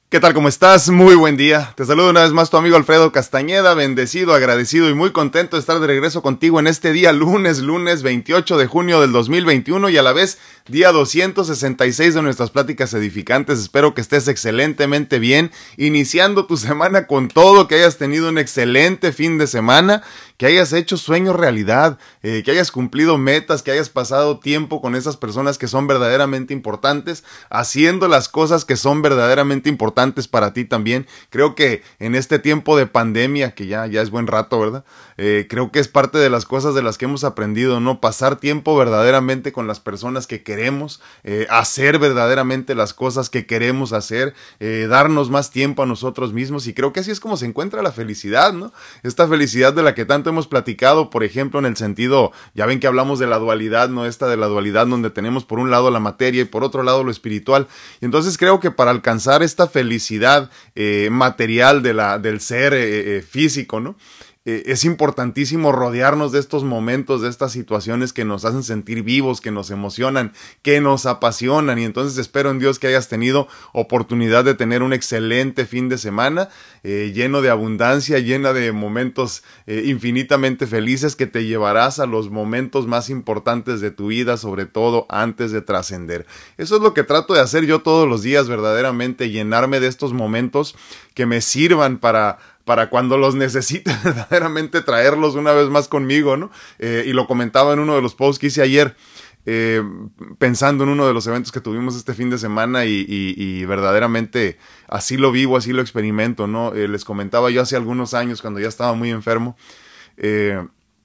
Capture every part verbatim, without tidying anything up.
¿Qué tal? ¿Cómo estás? Muy buen día. Te saludo una vez más tu amigo Alfredo Castañeda, bendecido, agradecido y muy contento de estar de regreso contigo en este día lunes, lunes veintiocho de junio del dos mil veintiuno y a la vez día doscientos sesenta y seis de nuestras pláticas edificantes. Espero que estés excelentemente bien, iniciando tu semana con todo, que hayas tenido un excelente fin de semana, que hayas hecho sueños realidad, eh, que hayas cumplido metas, que hayas pasado tiempo con esas personas que son verdaderamente importantes, haciendo las cosas que son verdaderamente importantes para ti también. Creo que en este tiempo de pandemia, que ya, ya es buen rato, ¿verdad? Eh, creo que es parte de las cosas de las que hemos aprendido, ¿no? Pasar tiempo verdaderamente con las personas que queremos, eh, hacer verdaderamente las cosas que queremos hacer, eh, darnos más tiempo a nosotros mismos, y creo que así es como se encuentra la felicidad, ¿no? Esta felicidad de la que tanto hemos platicado, por ejemplo, en el sentido, ya ven que hablamos de la dualidad, ¿no? Esta de la dualidad donde tenemos por un lado la materia y por otro lado lo espiritual. Y entonces creo que para alcanzar esta felicidad felicidad eh, material de la, del ser eh, eh, físico, ¿no? Eh, es importantísimo rodearnos de estos momentos, de estas situaciones que nos hacen sentir vivos, que nos emocionan, que nos apasionan, y entonces espero en Dios que hayas tenido oportunidad de tener un excelente fin de semana, eh, lleno de abundancia, llena de momentos eh, infinitamente felices que te llevarás a los momentos más importantes de tu vida, sobre todo antes de trascender. Eso es lo que trato de hacer yo todos los días, verdaderamente, llenarme de estos momentos que me sirvan para para cuando los necesite verdaderamente traerlos una vez más conmigo, ¿no? Eh, y lo comentaba en uno de los posts que hice ayer, eh, pensando en uno de los eventos que tuvimos este fin de semana y, y, y verdaderamente así lo vivo, así lo experimento, ¿no? Eh, les comentaba yo hace algunos años cuando ya estaba muy enfermo, eh,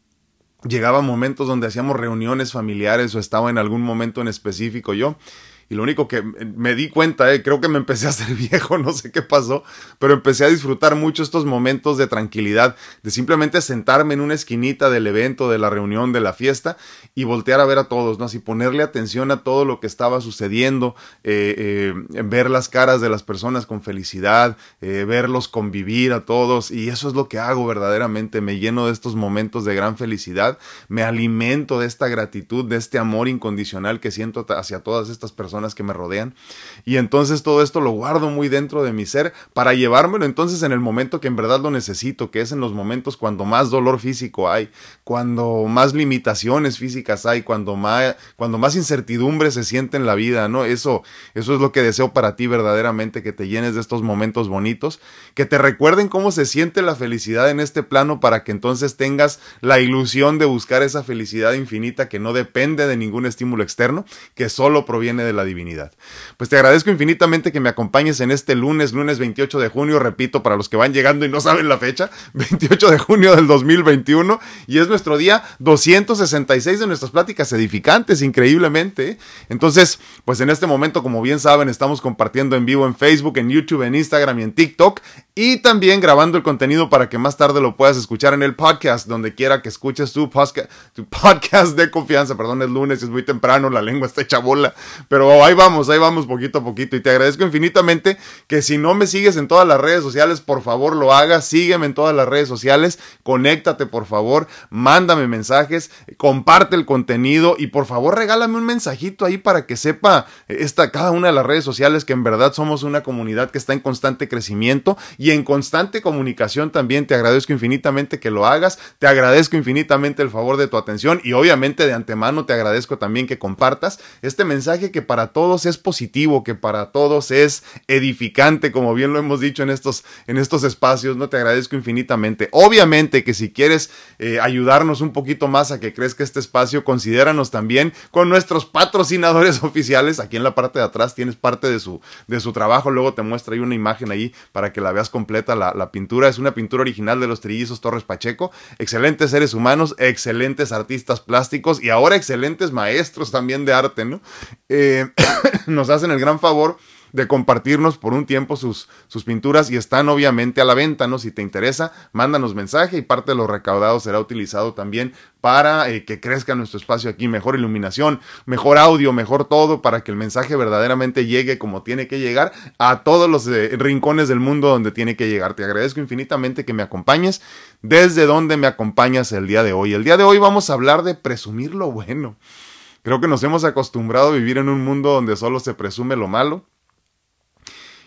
llegaban momentos donde hacíamos reuniones familiares o estaba en algún momento en específico yo. Y lo único que me di cuenta, eh, creo que me empecé a hacer viejo, no sé qué pasó, pero empecé a disfrutar mucho estos momentos de tranquilidad, de simplemente sentarme en una esquinita del evento, de la reunión, de la fiesta, y voltear a ver a todos, ¿no? Así ponerle atención a todo lo que estaba sucediendo, eh, eh, ver las caras de las personas con felicidad, eh, verlos convivir a todos, y eso es lo que hago verdaderamente. Me lleno de estos momentos de gran felicidad, me alimento de esta gratitud, de este amor incondicional que siento hacia todas estas personas que me rodean, y entonces todo esto lo guardo muy dentro de mi ser para llevármelo entonces en el momento que en verdad lo necesito, que es en los momentos cuando más dolor físico hay, cuando más limitaciones físicas hay, cuando más, cuando más incertidumbre se siente en la vida, ¿no? Eso, eso es lo que deseo para ti verdaderamente, que te llenes de estos momentos bonitos, que te recuerden cómo se siente la felicidad en este plano, para que entonces tengas la ilusión de buscar esa felicidad infinita que no depende de ningún estímulo externo, que solo proviene de la divinidad. Pues te agradezco infinitamente que me acompañes en este lunes, lunes veintiocho de junio, repito, para los que van llegando y no saben la fecha, veintiocho de junio del dos mil veintiuno, y es nuestro día doscientos sesenta y seis de nuestras pláticas edificantes, increíblemente. Entonces, pues en este momento, como bien saben, estamos compartiendo en vivo en Facebook, en YouTube, en Instagram y en TikTok, y también grabando el contenido para que más tarde lo puedas escuchar en el podcast, donde quiera que escuches tu podcast, tu podcast de confianza. Perdón, es lunes, es muy temprano, la lengua está hecha bola, pero ahí vamos, ahí vamos poquito a poquito, y te agradezco infinitamente que si no me sigues en todas las redes sociales, por favor lo hagas, sígueme en todas las redes sociales, conéctate por favor, mándame mensajes, comparte el contenido y por favor regálame un mensajito ahí para que sepa esta, cada una de las redes sociales que en verdad somos una comunidad que está en constante crecimiento y en constante comunicación también. Te agradezco infinitamente que lo hagas, te agradezco infinitamente el favor de tu atención y obviamente de antemano te agradezco también que compartas este mensaje que para todos es positivo, que para todos es edificante, como bien lo hemos dicho en estos, en estos espacios, ¿no? Te agradezco infinitamente. Obviamente que si quieres eh, ayudarnos un poquito más a que crezca este espacio, considéranos también con nuestros patrocinadores oficiales. Aquí en la parte de atrás tienes parte de su, de su trabajo, luego te muestra ahí una imagen ahí para que la veas completa. La, la pintura es una pintura original de los Trillizos Torres Pacheco, excelentes seres humanos, excelentes artistas plásticos y ahora excelentes maestros también de arte, ¿no? Eh, nos hacen el gran favor de compartirnos por un tiempo sus, sus pinturas y están obviamente a la venta, ¿no? Si te interesa, mándanos mensaje y parte de lo recaudado será utilizado también para eh, que crezca nuestro espacio aquí, mejor iluminación, mejor audio, mejor todo, para que el mensaje verdaderamente llegue como tiene que llegar a todos los eh, rincones del mundo donde tiene que llegar. Te agradezco infinitamente que me acompañes. ¿Desde dónde me acompañas el día de hoy? El día de hoy vamos a hablar de presumir lo bueno. Creo que nos hemos acostumbrado a vivir en un mundo donde solo se presume lo malo.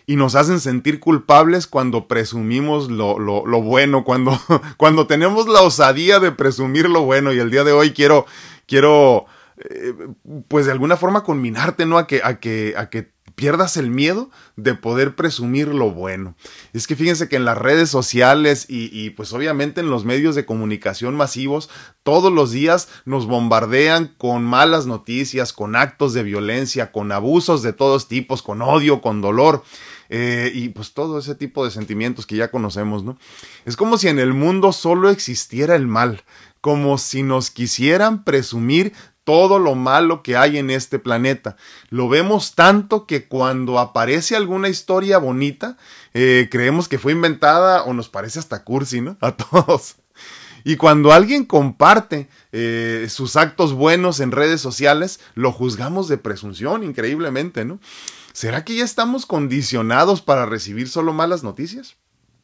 y nos hacen sentir culpables cuando presumimos lo, lo, lo bueno, cuando, cuando tenemos la osadía de presumir lo bueno. Y el día de hoy quiero, quiero eh, pues de alguna forma conminarte, ¿no? A que, a que, a que pierdas el miedo de poder presumir lo bueno. Es que fíjense que en las redes sociales y, y pues obviamente en los medios de comunicación masivos, todos los días nos bombardean con malas noticias, con actos de violencia, con abusos de todos tipos, con odio, con dolor. Eh, y pues todo ese tipo de sentimientos que ya conocemos, ¿no? Es como si en el mundo solo existiera el mal, como si nos quisieran presumir todo lo malo que hay en este planeta. Lo vemos tanto que cuando aparece alguna historia bonita, eh, creemos que fue inventada o nos parece hasta cursi, ¿no? A todos. Y cuando alguien comparte eh, sus actos buenos en redes sociales, lo juzgamos de presunción, increíblemente, ¿no? ¿Será que ya estamos condicionados para recibir solo malas noticias?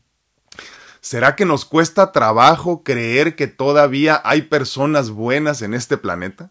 ¿Será que nos cuesta trabajo creer que todavía hay personas buenas en este planeta?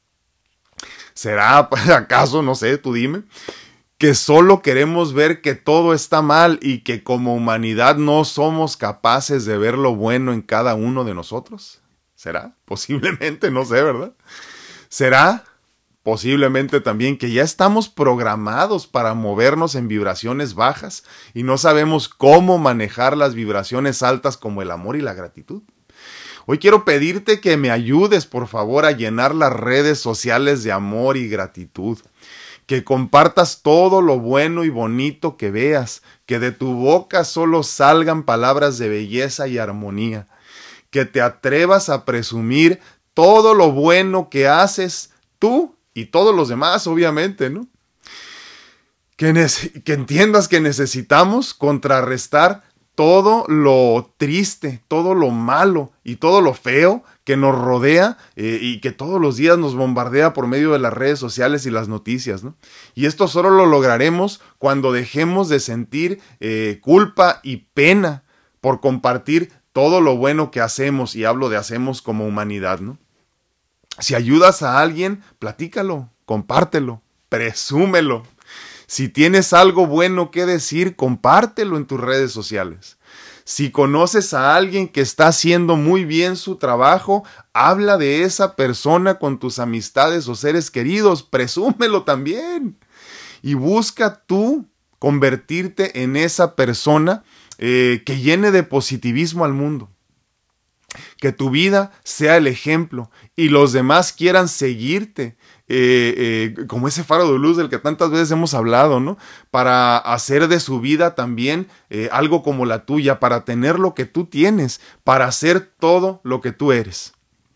¿Será acaso, no sé, tú dime, que solo queremos ver que todo está mal y que como humanidad no somos capaces de ver lo bueno en cada uno de nosotros? ¿Será? Posiblemente, no sé, ¿verdad? ¿Será? Posiblemente también que ya estamos programados para movernos en vibraciones bajas y no sabemos cómo manejar las vibraciones altas como el amor y la gratitud. Hoy quiero pedirte que me ayudes, por favor, a llenar las redes sociales de amor y gratitud. Que compartas todo lo bueno y bonito que veas. Que de tu boca solo salgan palabras de belleza y armonía. Que te atrevas a presumir todo lo bueno que haces tú y todos los demás, obviamente, ¿no? Que, que entiendas que necesitamos contrarrestar todo lo triste, todo lo malo y todo lo feo que nos rodea eh, y que todos los días nos bombardea por medio de las redes sociales y las noticias, ¿no? Y esto solo lo lograremos cuando dejemos de sentir eh, culpa y pena por compartir todo lo bueno que hacemos, y hablo de hacemos como humanidad, ¿no? Si ayudas a alguien, platícalo, compártelo, presúmelo. Si tienes algo bueno que decir, compártelo en tus redes sociales. Si conoces a alguien que está haciendo muy bien su trabajo, habla de esa persona con tus amistades o seres queridos, presúmelo también. Y busca tú convertirte en esa persona eh, que llene de positivismo al mundo. Que tu vida sea el ejemplo y los demás quieran seguirte. Eh, eh, como ese faro de luz del que tantas veces hemos hablado, ¿no? Para hacer de su vida también eh, algo como la tuya, para tener lo que tú tienes, para hacer todo lo que tú eres.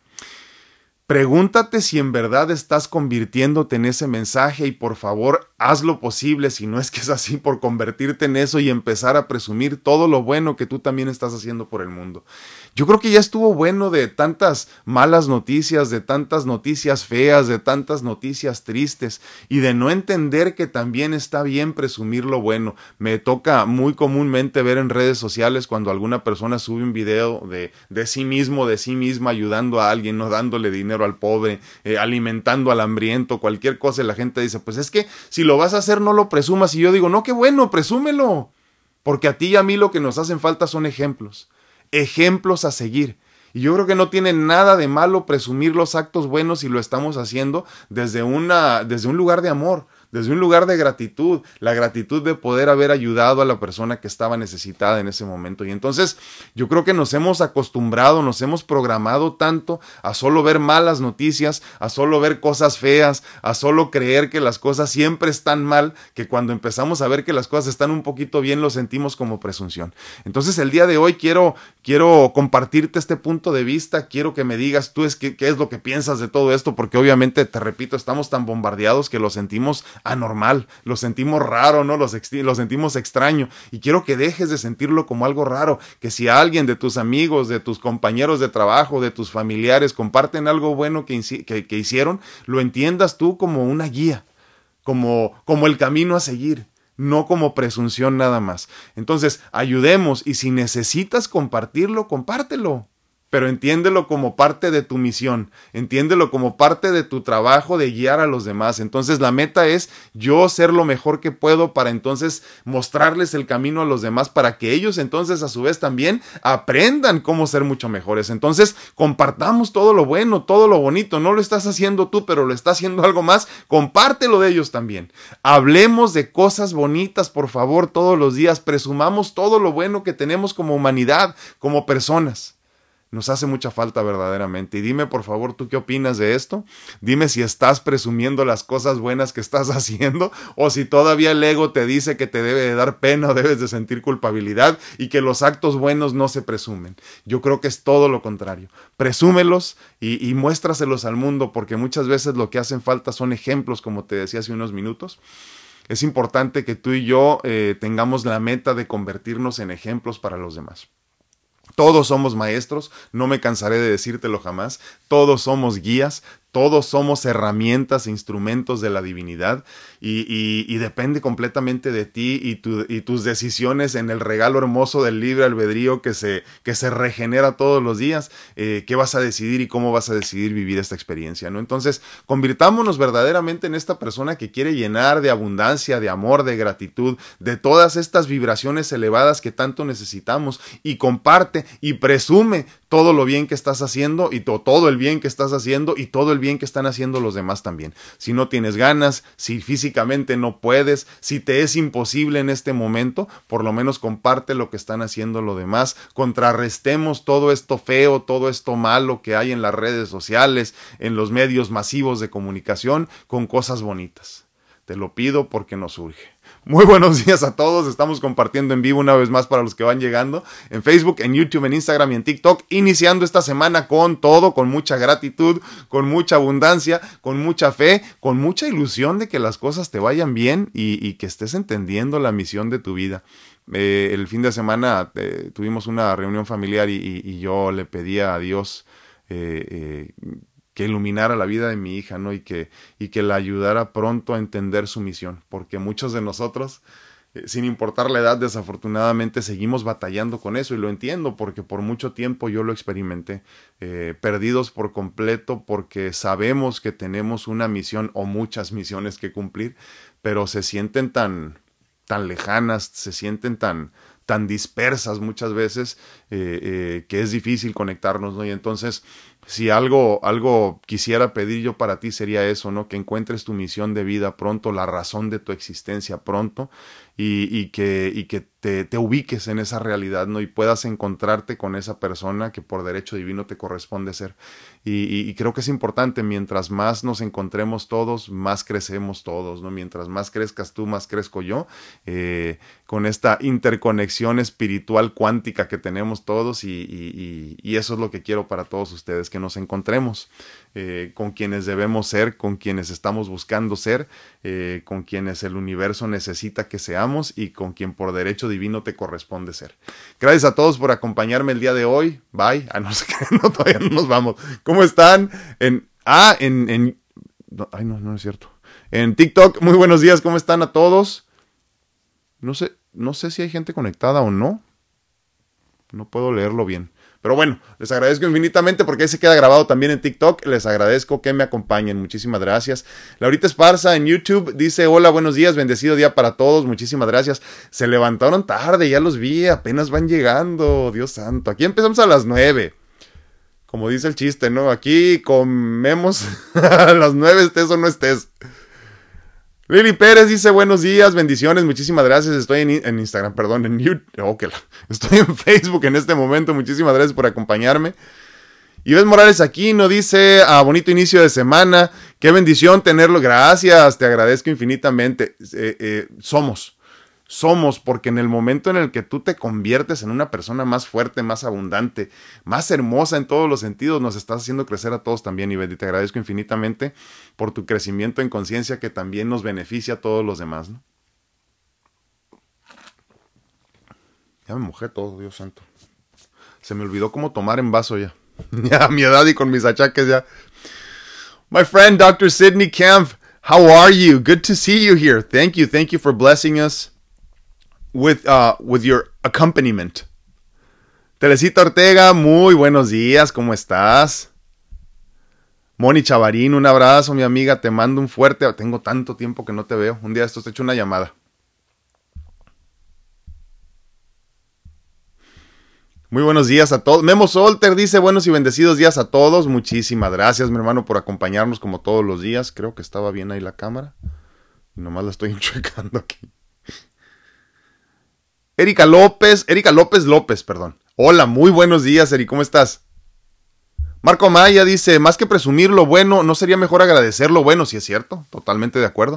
Pregúntate si en verdad estás convirtiéndote en ese mensaje y por favor haz lo posible, si no es que es así, por convertirte en eso y empezar a presumir todo lo bueno que tú también estás haciendo por el mundo. Yo creo que ya estuvo bueno de tantas malas noticias, de tantas noticias feas, de tantas noticias tristes y de no entender que también está bien presumir lo bueno. Me toca muy comúnmente ver en redes sociales cuando alguna persona sube un video de, de sí mismo, de sí misma, ayudando a alguien, no dándole dinero al pobre, eh, alimentando al hambriento, cualquier cosa, y la gente dice, pues es que si lo vas a hacer no lo presumas, y yo digo, no, qué bueno, presúmelo, porque a ti y a mí lo que nos hacen falta son ejemplos, ejemplos a seguir. Y yo creo que no tiene nada de malo presumir los actos buenos si lo estamos haciendo desde, una, desde un lugar de amor, desde un lugar de gratitud, la gratitud de poder haber ayudado a la persona que estaba necesitada en ese momento. Y entonces yo creo que nos hemos acostumbrado, nos hemos programado tanto a solo ver malas noticias, a solo ver cosas feas, a solo creer que las cosas siempre están mal, que cuando empezamos a ver que las cosas están un poquito bien lo sentimos como presunción. Entonces el día de hoy quiero, quiero compartirte este punto de vista, quiero que me digas tú es qué, qué es lo que piensas de todo esto, porque obviamente, te repito, estamos tan bombardeados que lo sentimos anormal, lo sentimos raro, ¿no? Lo, lo sentimos extraño, y quiero que dejes de sentirlo como algo raro, que si alguien de tus amigos, de tus compañeros de trabajo, de tus familiares comparten algo bueno que, que, que hicieron, lo entiendas tú como una guía, como, como el camino a seguir, no como presunción nada más. Entonces, ayudemos, y si necesitas compartirlo, compártelo. pero entiéndelo como parte de tu misión, entiéndelo como parte de tu trabajo de guiar a los demás. Entonces la meta es yo ser lo mejor que puedo para entonces mostrarles el camino a los demás, para que ellos entonces a su vez también aprendan cómo ser mucho mejores. Entonces compartamos todo lo bueno, todo lo bonito. No lo estás haciendo tú, pero lo está haciendo algo más, compártelo de ellos también. Hablemos de cosas bonitas, por favor, todos los días. Presumamos todo lo bueno que tenemos como humanidad, como personas. Nos hace mucha falta verdaderamente. Y dime, por favor, ¿tú qué opinas de esto? Dime si estás presumiendo las cosas buenas que estás haciendo, o si todavía el ego te dice que te debe de dar pena o debes de sentir culpabilidad y que los actos buenos no se presumen. Yo creo que es todo lo contrario. Presúmelos y, y muéstraselos al mundo, porque muchas veces lo que hacen falta son ejemplos, como te decía hace unos minutos. Es importante que tú y yo eh, tengamos la meta de convertirnos en ejemplos para los demás. Todos somos maestros, no me cansaré de decírtelo jamás. Todos somos guías, todos somos herramientas e instrumentos de la divinidad y, y, y depende completamente de ti y, tu, y tus decisiones en el regalo hermoso del libre albedrío que se, que se regenera todos los días. Eh, ¿Qué vas a decidir y cómo vas a decidir vivir esta experiencia, ¿no? Entonces, convirtámonos verdaderamente en esta persona que quiere llenar de abundancia, de amor, de gratitud, de todas estas vibraciones elevadas que tanto necesitamos, y comparte y presume todo lo bien que estás haciendo y to- todo el bien que estás haciendo y todo el bien que están haciendo los demás también. Si no tienes ganas, si físicamente no puedes, si te es imposible en este momento, por lo menos comparte lo que están haciendo los demás. Contrarrestemos todo esto feo, todo esto malo que hay en las redes sociales, en los medios masivos de comunicación, con cosas bonitas. Te lo pido porque nos urge. Muy buenos días a todos, estamos compartiendo en vivo una vez más para los que van llegando en Facebook, en YouTube, en Instagram y en TikTok, iniciando esta semana con todo, con mucha gratitud, con mucha abundancia, con mucha fe, con mucha ilusión de que las cosas te vayan bien y, y que estés entendiendo la misión de tu vida. Eh, el fin de semana eh, tuvimos una reunión familiar y, y, y yo le pedí a Dios eh, eh, que iluminara la vida de mi hija, ¿no? Y que, y que la ayudara pronto a entender su misión, porque muchos de nosotros, eh, sin importar la edad, desafortunadamente seguimos batallando con eso, y lo entiendo, porque por mucho tiempo yo lo experimenté, eh, perdidos por completo, porque sabemos que tenemos una misión o muchas misiones que cumplir, pero se sienten tan, tan lejanas, se sienten tan... tan dispersas muchas veces, eh, eh, que es difícil conectarnos, ¿no? Y entonces, si algo, algo quisiera pedir yo para ti sería eso, ¿no? Que encuentres tu misión de vida pronto, la razón de tu existencia pronto, y, y que, y que te, te ubiques en esa realidad, ¿no? Y puedas encontrarte con esa persona que por derecho divino te corresponde ser. Y, y, y creo que es importante, mientras más nos encontremos todos, más crecemos todos, ¿no? Mientras más crezcas tú, más crezco yo, eh, con esta interconexión espiritual cuántica que tenemos todos, y, y, y eso es lo que quiero para todos ustedes, que nos encontremos eh, con quienes debemos ser, con quienes estamos buscando ser, eh, con quienes el universo necesita que seamos y con quien por derecho divino te corresponde ser. Gracias a todos por acompañarme el día de hoy. Bye. Ah, no sé qué, no, todavía no nos vamos. ¿Cómo están? En, ah, en, en no, ay, no, no es cierto. En TikTok, muy buenos días, ¿cómo están a todos? No sé, no sé si hay gente conectada o no. No puedo leerlo bien. Pero bueno, les agradezco infinitamente porque ahí se queda grabado también en TikTok. Les agradezco que me acompañen. Muchísimas gracias. Laurita Esparza en YouTube dice: hola, buenos días, bendecido día para todos. Muchísimas gracias. Se levantaron tarde, ya los vi, apenas van llegando. Dios santo. Aquí empezamos a las nueve. Como dice el chiste, ¿no? Aquí comemos a las nueve, estés o no estés. Lili Pérez dice: buenos días, bendiciones, muchísimas gracias. Estoy en, en Instagram, perdón, en YouTube. Oh, que la, estoy en Facebook en este momento. Muchísimas gracias por acompañarme. Yves Morales Aquino dice: a ah, bonito inicio de semana. Qué bendición tenerlo. Gracias, te agradezco infinitamente. Eh, eh, somos. Somos, porque en el momento en el que tú te conviertes en una persona más fuerte, más abundante, más hermosa en todos los sentidos, nos estás haciendo crecer a todos también, y te agradezco infinitamente por tu crecimiento en conciencia, que también nos beneficia a todos los demás, ¿no? Ya me mojé todo, Dios santo. Se me olvidó cómo tomar en vaso ya. Ya a mi edad y con mis achaques ya. My friend doctor Sidney Kemp, how are you? Good to see you here. Thank you, thank you for blessing us with uh with your accompaniment. Teresita Ortega, muy buenos días, ¿cómo estás? Moni Chavarín, un abrazo, mi amiga, te mando un fuerte... Tengo tanto tiempo que no te veo. Un día de estos te echo una llamada. Muy buenos días a todos. Memo Solter dice buenos y bendecidos días a todos. Muchísimas gracias, mi hermano, por acompañarnos como todos los días. Creo que estaba bien ahí la cámara. Y nomás la estoy enchuecando aquí. Erika López, Erika López López, perdón. Hola, muy buenos días, Eri, ¿cómo estás? Marco Maya dice, más que presumir lo bueno, ¿no sería mejor agradecer lo bueno? Si es cierto, totalmente de acuerdo.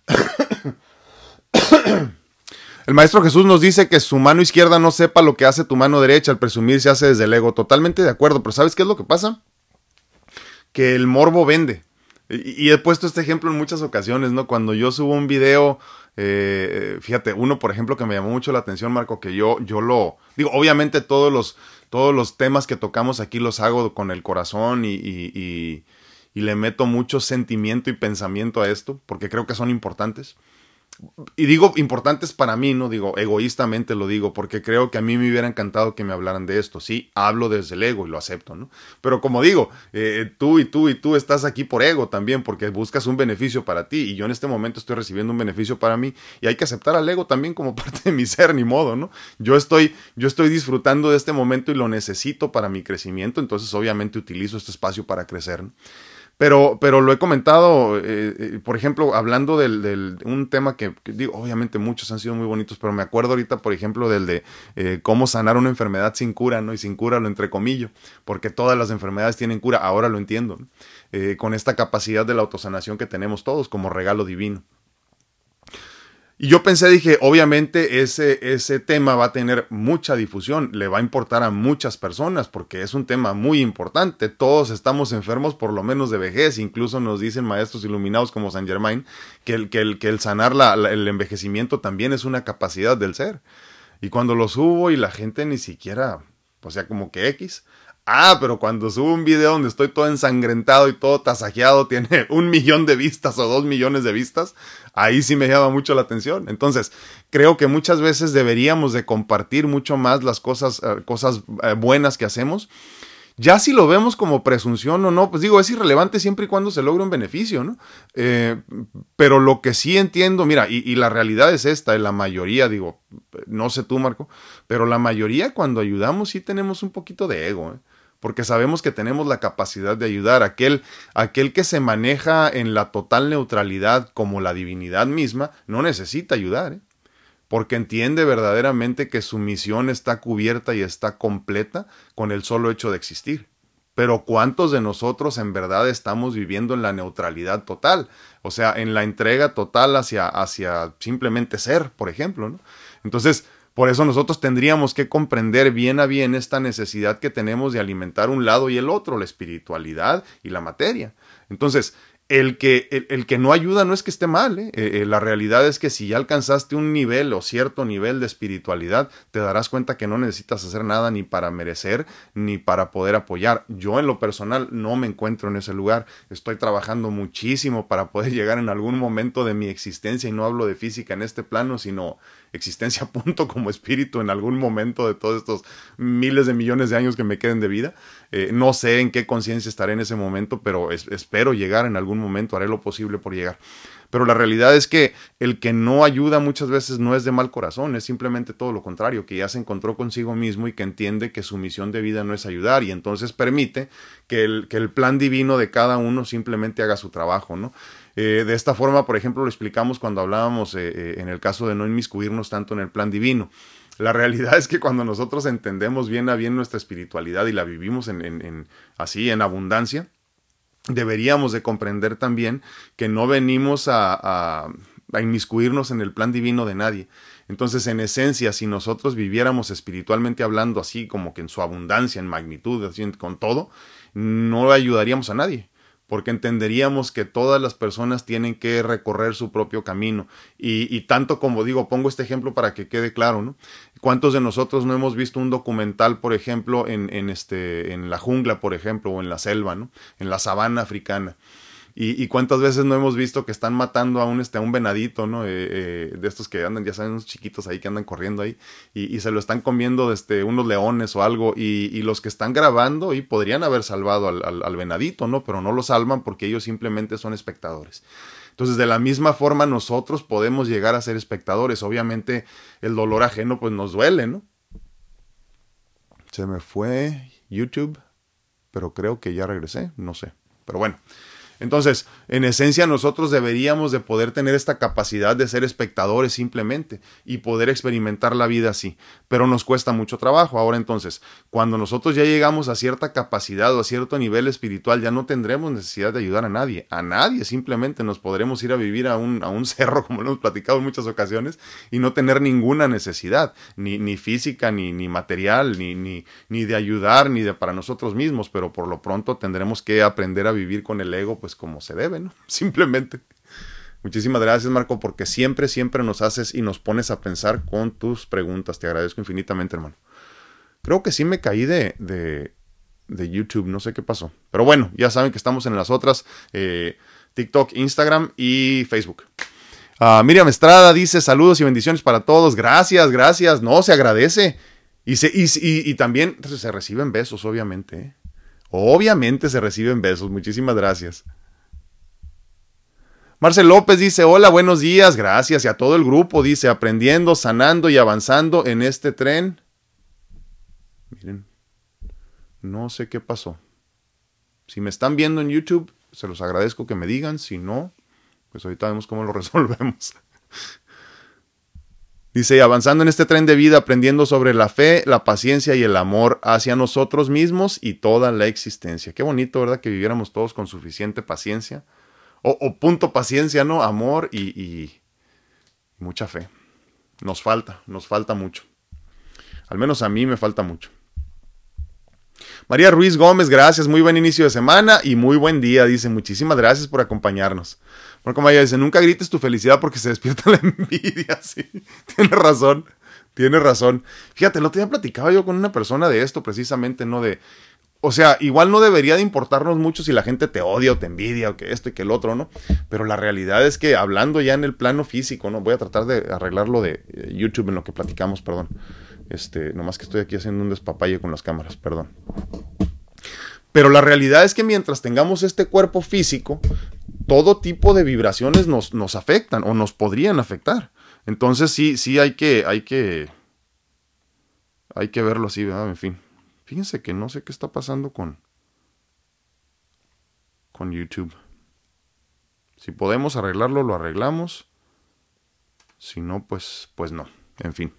El maestro Jesús nos dice que su mano izquierda no sepa lo que hace tu mano derecha, al presumir se hace desde el ego. Totalmente de acuerdo, pero ¿sabes qué es lo que pasa? Que el morbo vende. Y, y he puesto este ejemplo en muchas ocasiones, ¿no? Cuando yo subo un video, eh, fíjate, uno por ejemplo que me llamó mucho la atención, Marco, que yo, yo lo... Digo, obviamente todos los, todos los temas que tocamos aquí los hago con el corazón y, y, y, y le meto mucho sentimiento y pensamiento a esto, porque creo que son importantes. Y digo importantes para mí, no digo egoístamente lo digo, porque creo que a mí me hubiera encantado que me hablaran de esto. Sí, hablo desde el ego y lo acepto, ¿no? Pero como digo, eh, tú y tú y tú estás aquí por ego también, porque buscas un beneficio para ti, y yo en este momento estoy recibiendo un beneficio para mí, y hay que aceptar al ego también como parte de mi ser, ni modo, ¿no? Yo estoy, yo estoy disfrutando de este momento y lo necesito para mi crecimiento, entonces obviamente utilizo este espacio para crecer, ¿no? Pero, pero lo he comentado, eh, eh, por ejemplo, hablando del, del un tema que, que, digo, obviamente muchos han sido muy bonitos, pero me acuerdo ahorita, por ejemplo, del de eh, cómo sanar una enfermedad sin cura, ¿no? Y sin cura lo entrecomillo, porque todas las enfermedades tienen cura, ahora lo entiendo, ¿no? Eh, con esta capacidad de la autosanación que tenemos todos como regalo divino. Y yo pensé, dije, obviamente ese, ese tema va a tener mucha difusión, le va a importar a muchas personas, porque es un tema muy importante. Todos estamos enfermos por lo menos de vejez, incluso nos dicen maestros iluminados como Saint Germain, que el, que el, que el sanar la, la, el envejecimiento también es una capacidad del ser. Y cuando lo subo y la gente ni siquiera, o sea, como que X... Ah, pero cuando subo un video donde estoy todo ensangrentado y todo tasajeado, tiene un millón de vistas o dos millones de vistas, ahí sí me llama mucho la atención. Entonces, creo que muchas veces deberíamos de compartir mucho más las cosas, eh, cosas eh, buenas que hacemos. Ya si lo vemos como presunción o no, pues digo, es irrelevante siempre y cuando se logre un beneficio, ¿no? Eh, pero lo que sí entiendo, mira, y, y la realidad es esta, la mayoría, digo, no sé tú, Marco, pero la mayoría cuando ayudamos sí tenemos un poquito de ego, ¿eh? Porque sabemos que tenemos la capacidad de ayudar. Aquel, aquel que se maneja en la total neutralidad como la divinidad misma, no necesita ayudar, ¿eh? Porque entiende verdaderamente que su misión está cubierta y está completa con el solo hecho de existir. Pero ¿cuántos de nosotros en verdad estamos viviendo en la neutralidad total? O sea, en la entrega total hacia, hacia simplemente ser, por ejemplo, ¿no? Entonces, por eso nosotros tendríamos que comprender bien a bien esta necesidad que tenemos de alimentar un lado y el otro, la espiritualidad y la materia. Entonces, el que, el, el que no ayuda no es que esté mal, ¿eh? Eh, la realidad es que si ya alcanzaste un nivel o cierto nivel de espiritualidad, te darás cuenta que no necesitas hacer nada ni para merecer ni para poder apoyar. Yo en lo personal no me encuentro en ese lugar. Estoy trabajando muchísimo para poder llegar en algún momento de mi existencia, y no hablo de física en este plano, sino existencia a punto como espíritu en algún momento de todos estos miles de millones de años que me queden de vida. Eh, no sé en qué conciencia estaré en ese momento, pero es, espero llegar en algún momento, haré lo posible por llegar. Pero la realidad es que el que no ayuda muchas veces no es de mal corazón, es simplemente todo lo contrario, que ya se encontró consigo mismo y que entiende que su misión de vida no es ayudar, y entonces permite que el, que el plan divino de cada uno simplemente haga su trabajo, ¿no? Eh, de esta forma, por ejemplo, lo explicamos cuando hablábamos eh, eh, en el caso de no inmiscuirnos tanto en el plan divino. La realidad es que cuando nosotros entendemos bien a bien nuestra espiritualidad y la vivimos en, en, en, así en abundancia, deberíamos de comprender también que no venimos a, a, a inmiscuirnos en el plan divino de nadie. Entonces, en esencia, si nosotros viviéramos espiritualmente hablando así, como que en su abundancia, en magnitud, así, con todo, no ayudaríamos a nadie, porque entenderíamos que todas las personas tienen que recorrer su propio camino. Y, y tanto como digo, pongo este ejemplo para que quede claro, ¿no? ¿Cuántos de nosotros no hemos visto un documental, por ejemplo, en, en, este, en la jungla, por ejemplo, o en la selva, ¿no? En la sabana africana? Y, y cuántas veces no hemos visto que están matando a un, este, a un venadito, ¿no? Eh, eh, de estos que andan, ya saben, unos chiquitos ahí que andan corriendo ahí, y, y se lo están comiendo este, unos leones o algo, y, y los que están grabando y podrían haber salvado al, al, al venadito, ¿no? Pero no lo salvan porque ellos simplemente son espectadores. Entonces, de la misma forma, nosotros podemos llegar a ser espectadores. Obviamente, el dolor ajeno, pues, nos duele, ¿no? Se me fue YouTube, pero creo que ya regresé, no sé. Pero bueno. Entonces, en esencia, nosotros deberíamos de poder tener esta capacidad de ser espectadores simplemente y poder experimentar la vida así, pero nos cuesta mucho trabajo. Ahora entonces, cuando nosotros ya llegamos a cierta capacidad o a cierto nivel espiritual, ya no tendremos necesidad de ayudar a nadie, a nadie, simplemente nos podremos ir a vivir a un, a un cerro, como lo hemos platicado en muchas ocasiones, y no tener ninguna necesidad, ni, ni física, ni, ni material, ni, ni, ni de ayudar, ni de para nosotros mismos, pero por lo pronto tendremos que aprender a vivir con el ego, pues como se debe, ¿no? Simplemente. Muchísimas gracias, Marco, porque siempre, siempre nos haces y nos pones a pensar con tus preguntas. Te agradezco infinitamente, hermano. Creo que sí me caí de, de, de YouTube, no sé qué pasó. Pero bueno, ya saben que estamos en las otras, eh, TikTok, Instagram y Facebook. Uh, Miriam Estrada dice, saludos y bendiciones para todos. Gracias, gracias. No, se agradece. Y, se, y, y, y también se reciben besos, obviamente, ¿eh? Obviamente se reciben besos. Muchísimas gracias. Marcel López dice, hola, buenos días, gracias. Y a todo el grupo dice, aprendiendo, sanando y avanzando en este tren. Miren, no sé qué pasó. Si me están viendo en YouTube, se los agradezco que me digan. Si no, pues ahorita vemos cómo lo resolvemos. Dice, avanzando en este tren de vida, aprendiendo sobre la fe, la paciencia y el amor hacia nosotros mismos y toda la existencia. Qué bonito, ¿verdad? Que viviéramos todos con suficiente paciencia. O, o punto paciencia, ¿no? Amor y, y mucha fe. Nos falta, nos falta mucho. Al menos a mí me falta mucho. María Ruiz Gómez, gracias. Muy buen inicio de semana y muy buen día. Dice, muchísimas gracias por acompañarnos. Marco Maya dice, nunca grites tu felicidad porque se despierta la envidia. Sí, tienes razón, tienes razón. Fíjate, el otro día platicaba yo con una persona de esto precisamente, ¿no? De... O sea, igual no debería de importarnos mucho si la gente te odia o te envidia o que esto y que el otro, ¿no? Pero la realidad es que hablando ya en el plano físico, ¿no? Voy a tratar de arreglarlo de YouTube en lo que platicamos, perdón. Este, nomás que estoy aquí haciendo un despapalle con las cámaras, perdón. Pero la realidad es que mientras tengamos este cuerpo físico, todo tipo de vibraciones nos, nos afectan o nos podrían afectar. Entonces sí, sí hay que, hay que, hay que verlo así, ¿verdad? En fin. Fíjense que no sé qué está pasando con, con YouTube. Si podemos arreglarlo, lo arreglamos. Si no, pues, pues no. En fin.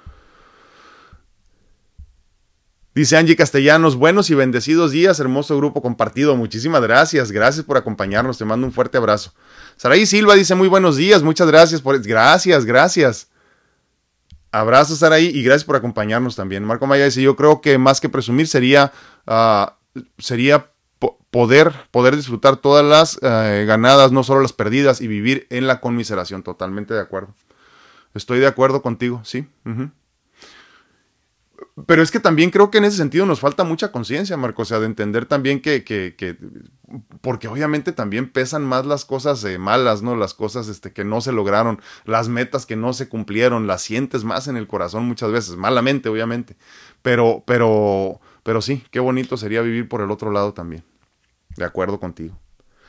Dice Angie Castellanos, buenos y bendecidos días, hermoso grupo compartido. Muchísimas gracias. Gracias por acompañarnos. Te mando un fuerte abrazo. Saraí Silva dice, muy buenos días. Muchas gracias por... Gracias, gracias. Abrazos, Saraí, y gracias por acompañarnos también. Marco Maya dice, yo creo que más que presumir sería, uh, sería po poder, poder disfrutar todas las uh, ganadas, no solo las perdidas, y vivir en la conmiseración. Totalmente de acuerdo. Estoy de acuerdo contigo, sí. Uh-huh. Pero es que también creo que en ese sentido nos falta mucha conciencia, Marco, o sea, de entender también que, que, que porque obviamente también pesan más las cosas eh, malas, ¿no? Las cosas este, que no se lograron, las metas que no se cumplieron, las sientes más en el corazón muchas veces, malamente, obviamente, pero, pero, pero sí, qué bonito sería vivir por el otro lado también, de acuerdo contigo.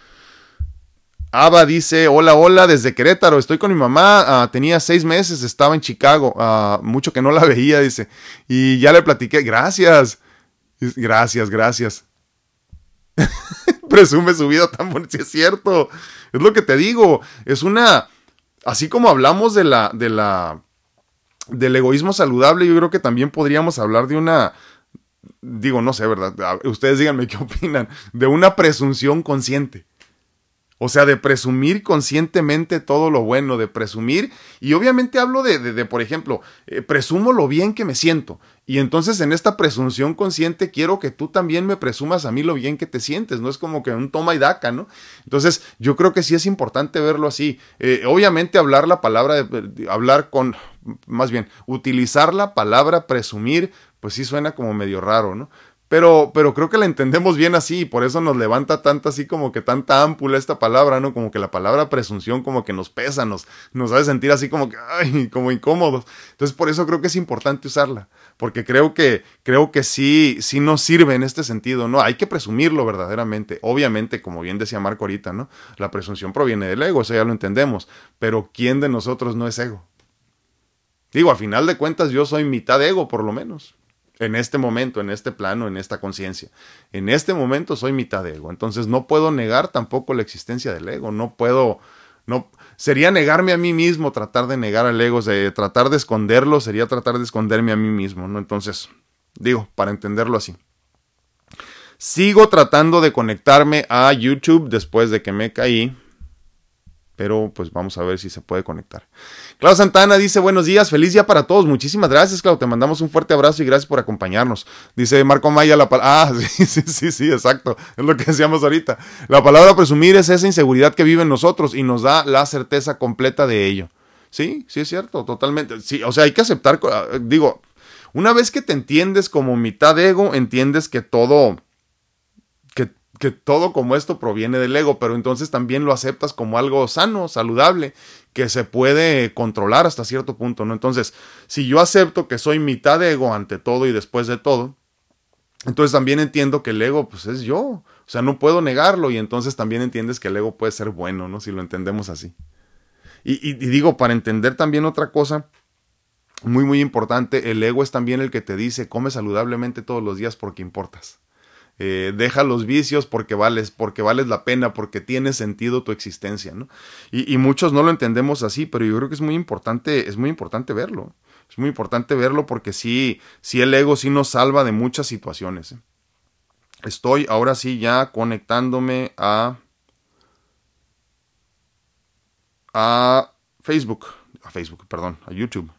Ava dice, hola, hola, desde Querétaro, estoy con mi mamá, uh, tenía seis meses, estaba en Chicago, uh, mucho que no la veía, dice, y ya le platiqué, gracias, gracias, gracias. Presume su vida tan bonita, sí es cierto, es lo que te digo, es una, así como hablamos de la, de la, del egoísmo saludable, yo creo que también podríamos hablar de una, digo, no sé, ¿verdad? Ustedes díganme qué opinan, de una presunción consciente. O sea, de presumir conscientemente todo lo bueno, de presumir, y obviamente hablo de, de, de por ejemplo, eh, presumo lo bien que me siento, y entonces en esta presunción consciente quiero que tú también me presumas a mí lo bien que te sientes, no es como que un toma y daca, ¿no? Entonces yo creo que sí es importante verlo así, eh, obviamente hablar la palabra, de, de, hablar con, más bien, utilizar la palabra presumir, pues sí suena como medio raro, ¿no? Pero, pero creo que la entendemos bien así, y por eso nos levanta tanta así como que tanta ámpula esta palabra, ¿no? Como que la palabra presunción como que nos pesa, nos, nos hace sentir así como que, ay, como incómodos. Entonces por eso creo que es importante usarla, porque creo que, creo que sí, sí nos sirve en este sentido, ¿no? Hay que presumirlo verdaderamente. Obviamente, como bien decía Marco ahorita, ¿no? La presunción proviene del ego, eso ya lo entendemos, pero ¿quién de nosotros no es ego? Digo, a final de cuentas yo soy mitad ego, por lo menos. En este momento, en este plano, en esta conciencia. En este momento soy mitad ego. Entonces no puedo negar tampoco la existencia del ego. No puedo, no, sería negarme a mí mismo, tratar de negar al ego, de tratar de esconderlo, sería tratar de esconderme a mí mismo, ¿no? Entonces, digo, para entenderlo así. Sigo tratando de conectarme a YouTube después de que me caí. Pero pues vamos a ver si se puede conectar. Clau Santana dice, buenos días, feliz día para todos. Muchísimas gracias, Clau, te mandamos un fuerte abrazo y gracias por acompañarnos. Dice Marco Maya, la palabra... Ah, sí, sí, sí, sí, exacto. Es lo que decíamos ahorita. La palabra presumir es esa inseguridad que vive en nosotros y nos da la certeza completa de ello. Sí, sí es cierto, totalmente. Sí, o sea, hay que aceptar, digo, una vez que te entiendes como mitad ego, entiendes que todo... que todo como esto proviene del ego, pero entonces también lo aceptas como algo sano, saludable, que se puede controlar hasta cierto punto, ¿no? Entonces, si yo acepto que soy mitad ego ante todo y después de todo, entonces también entiendo que el ego, pues, es yo. O sea, no puedo negarlo y entonces también entiendes que el ego puede ser bueno, ¿no? Si lo entendemos así. Y, y, y digo, para entender también otra cosa muy, muy importante, el ego es también el que te dice, come saludablemente todos los días porque importas. Eh, deja los vicios porque vales, porque vales la pena, porque tiene sentido tu existencia, ¿no? Y, y muchos no lo entendemos así, pero yo creo que es muy importante, es muy importante verlo. Es muy importante verlo porque sí, sí el ego sí nos salva de muchas situaciones. ¿eh? Estoy ahora sí ya conectándome a a Facebook, a Facebook, perdón, a YouTube.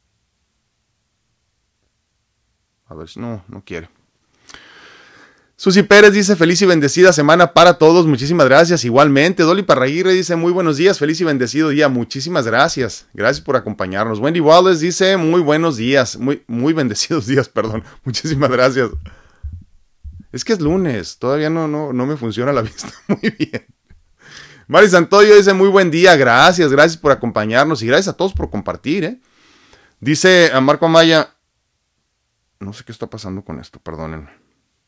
A ver si no, no quiere. Susi Pérez dice, feliz y bendecida semana para todos, muchísimas gracias, igualmente. Dolly Parraguirre dice, muy buenos días, feliz y bendecido día, muchísimas gracias, gracias por acompañarnos. Wendy Wallace dice, muy buenos días, muy, muy bendecidos días, perdón, muchísimas gracias. Es que es lunes, todavía no, no, no me funciona la vista muy bien. Mari Santoyo dice, muy buen día, gracias, gracias por acompañarnos y gracias a todos por compartir, ¿eh? Dice a Marco Amaya, no sé qué está pasando con esto, perdónenme.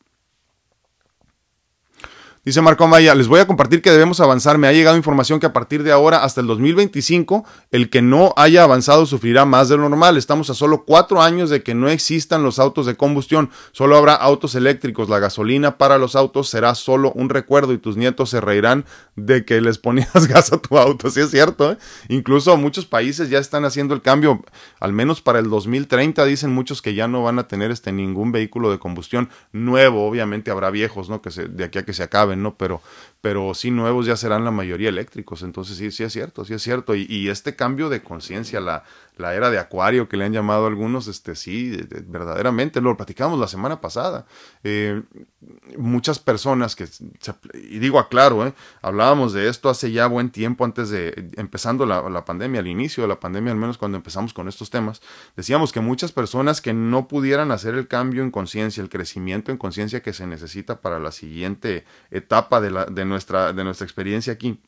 Dice Marco Amaya, les voy a compartir que debemos avanzar. Me ha llegado información que a partir de ahora hasta el dos mil veinticinco, el que no haya avanzado sufrirá más de lo normal. Estamos a solo cuatro años de que no existan los autos de combustión. Solo habrá autos eléctricos. La gasolina para los autos será solo un recuerdo y tus nietos se reirán de que les ponías gas a tu auto. Sí es cierto, ¿eh? Incluso muchos países ya están haciendo el cambio. Al menos para el dos mil treinta dicen muchos que ya no van a tener este ningún vehículo de combustión nuevo. Obviamente habrá viejos, ¿no? Que se, de aquí a que se acaben. ¿no? Pero, pero sí nuevos ya serán la mayoría eléctricos, entonces sí, sí es cierto, sí es cierto, y, y este cambio de conciencia, la, la era de acuario que le han llamado algunos, este sí, de, de, verdaderamente, lo platicamos la semana pasada, eh, muchas personas que, se, y digo aclaro, eh, hablábamos de esto hace ya buen tiempo antes de, empezando la, la pandemia, al inicio de la pandemia, al menos cuando empezamos con estos temas, decíamos que muchas personas que no pudieran hacer el cambio en conciencia, el crecimiento en conciencia que se necesita para la siguiente etapa de, la, de, nuestra, de nuestra experiencia aquí,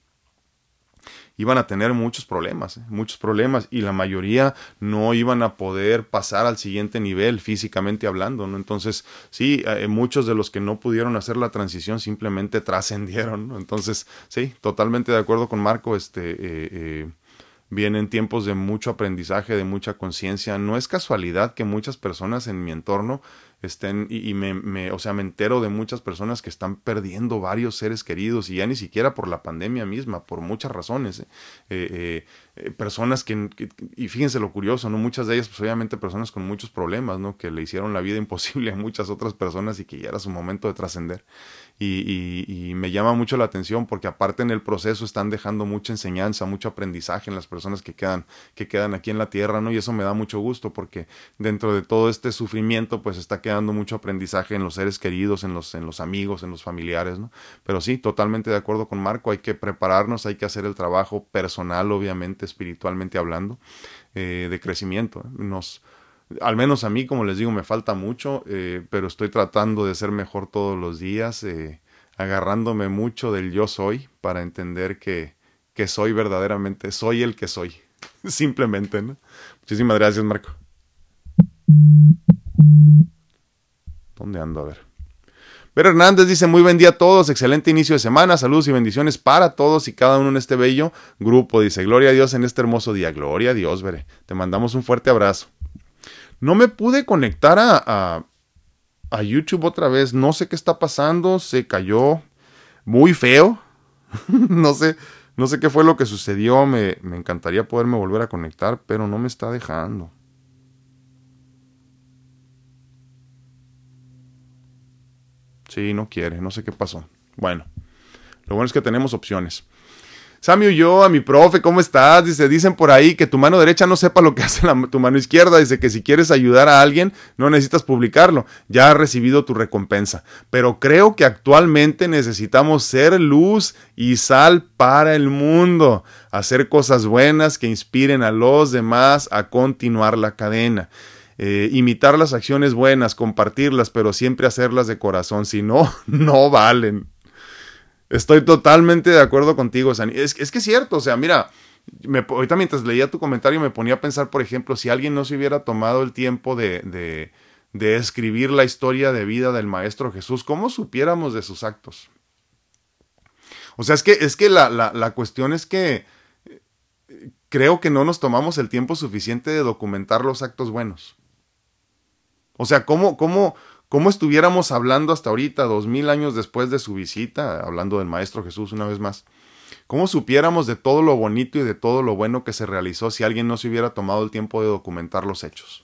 iban a tener muchos problemas, ¿eh? muchos problemas, y la mayoría no iban a poder pasar al siguiente nivel físicamente hablando, ¿no? Entonces, sí, eh, muchos de los que no pudieron hacer la transición simplemente trascendieron, ¿no? Entonces, sí, totalmente de acuerdo con Marco, este... Eh, eh, vienen tiempos de mucho aprendizaje, de mucha conciencia. No es casualidad que muchas personas en mi entorno estén, y, y me, me, o sea, me entero de muchas personas que están perdiendo varios seres queridos, y ya ni siquiera por la pandemia misma, por muchas razones. ¿eh? Eh, eh, personas que, que, y fíjense lo curioso, ¿no? Muchas de ellas, pues obviamente personas con muchos problemas, ¿no? Que le hicieron la vida imposible a muchas otras personas y que ya era su momento de trascender. Y, y, y me llama mucho la atención porque aparte en el proceso están dejando mucha enseñanza, mucho aprendizaje en las personas que quedan, que quedan aquí en la tierra, ¿no? Y eso me da mucho gusto porque dentro de todo este sufrimiento pues está quedando mucho aprendizaje en los seres queridos, en los, en los amigos, en los familiares, ¿no? Pero sí, totalmente de acuerdo con Marco, hay que prepararnos, hay que hacer el trabajo personal, obviamente, espiritualmente hablando, eh, de crecimiento. ¿eh? Nos Al menos a mí, como les digo, me falta mucho, eh, pero estoy tratando de ser mejor todos los días, eh, agarrándome mucho del yo soy para entender que, que soy verdaderamente, soy el que soy, simplemente, ¿no? Muchísimas gracias, Marco. ¿Dónde ando? A ver. Ver Hernández dice, muy buen día a todos, excelente inicio de semana, saludos y bendiciones para todos y cada uno en este bello grupo. Dice, gloria a Dios en este hermoso día, gloria a Dios, Veré. Te mandamos un fuerte abrazo. No me pude conectar a, a, a YouTube otra vez, no sé qué está pasando, se cayó muy feo, no sé, no sé qué fue lo que sucedió, me, me encantaría poderme volver a conectar, pero no me está dejando. Sí, no quiere, no sé qué pasó. Bueno, lo bueno es que tenemos opciones. Sammy Ulloa, mi profe, ¿cómo estás? Dice, dicen por ahí que tu mano derecha no sepa lo que hace la, tu mano izquierda. Dice que si quieres ayudar a alguien, no necesitas publicarlo. Ya has recibido tu recompensa. Pero creo que actualmente necesitamos ser luz y sal para el mundo. Hacer cosas buenas que inspiren a los demás a continuar la cadena. Eh, imitar las acciones buenas, compartirlas, pero siempre hacerlas de corazón. Si no, no valen. Estoy totalmente de acuerdo contigo, Sani. Es, es que es cierto, o sea, mira, me, ahorita mientras leía tu comentario me ponía a pensar, por ejemplo, si alguien no se hubiera tomado el tiempo de, de, de escribir la historia de vida del Maestro Jesús, ¿cómo supiéramos de sus actos? O sea, es que, es que la, la, la cuestión es que creo que no nos tomamos el tiempo suficiente de documentar los actos buenos. O sea, ¿cómo, cómo, cómo estuviéramos hablando hasta ahorita, dos mil años después de su visita, hablando del Maestro Jesús una vez más? ¿Cómo supiéramos de todo lo bonito y de todo lo bueno que se realizó si alguien no se hubiera tomado el tiempo de documentar los hechos?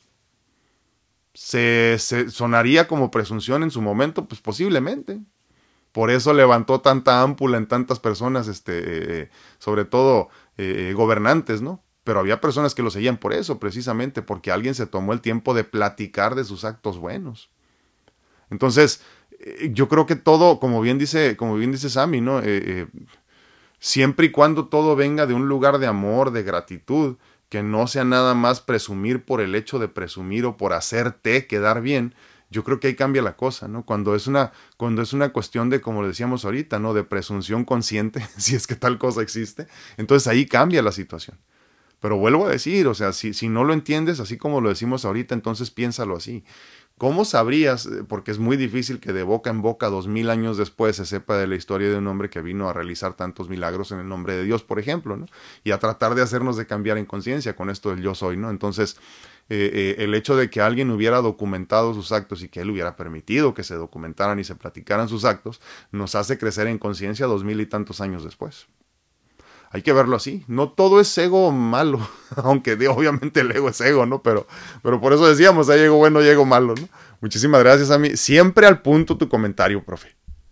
¿Se, se sonaría como presunción en su momento? Pues posiblemente. Por eso levantó tanta ámpula en tantas personas, este, eh, sobre todo eh, gobernantes, ¿no? Pero había personas que lo seguían por eso, precisamente, porque alguien se tomó el tiempo de platicar de sus actos buenos. Entonces, eh, yo creo que todo, como bien dice, como bien dice Sammy, ¿no? Eh, eh, siempre y cuando todo venga de un lugar de amor, de gratitud, que no sea nada más presumir por el hecho de presumir o por hacerte quedar bien, yo creo que ahí cambia la cosa, ¿no? Cuando es una, cuando es una cuestión de, como le decíamos ahorita, ¿no? De presunción consciente, si es que tal cosa existe, entonces ahí cambia la situación. Pero vuelvo a decir, o sea, si, si no lo entiendes así como lo decimos ahorita, entonces piénsalo así. ¿Cómo sabrías? Porque es muy difícil que de boca en boca, dos mil años después, se sepa de la historia de un hombre que vino a realizar tantos milagros en el nombre de Dios, por ejemplo, ¿no? Y a tratar de hacernos de cambiar en conciencia con esto del yo soy, ¿no? Entonces, eh, eh, el hecho de que alguien hubiera documentado sus actos y que él hubiera permitido que se documentaran y se platicaran sus actos, nos hace crecer en conciencia dos mil y tantos años después. Hay que verlo así. No todo es ego malo, aunque obviamente el ego es ego, ¿no? Pero, pero por eso decíamos, hay ego bueno y ego malo, ¿no? Muchísimas gracias a mí. Siempre al punto tu comentario, profe.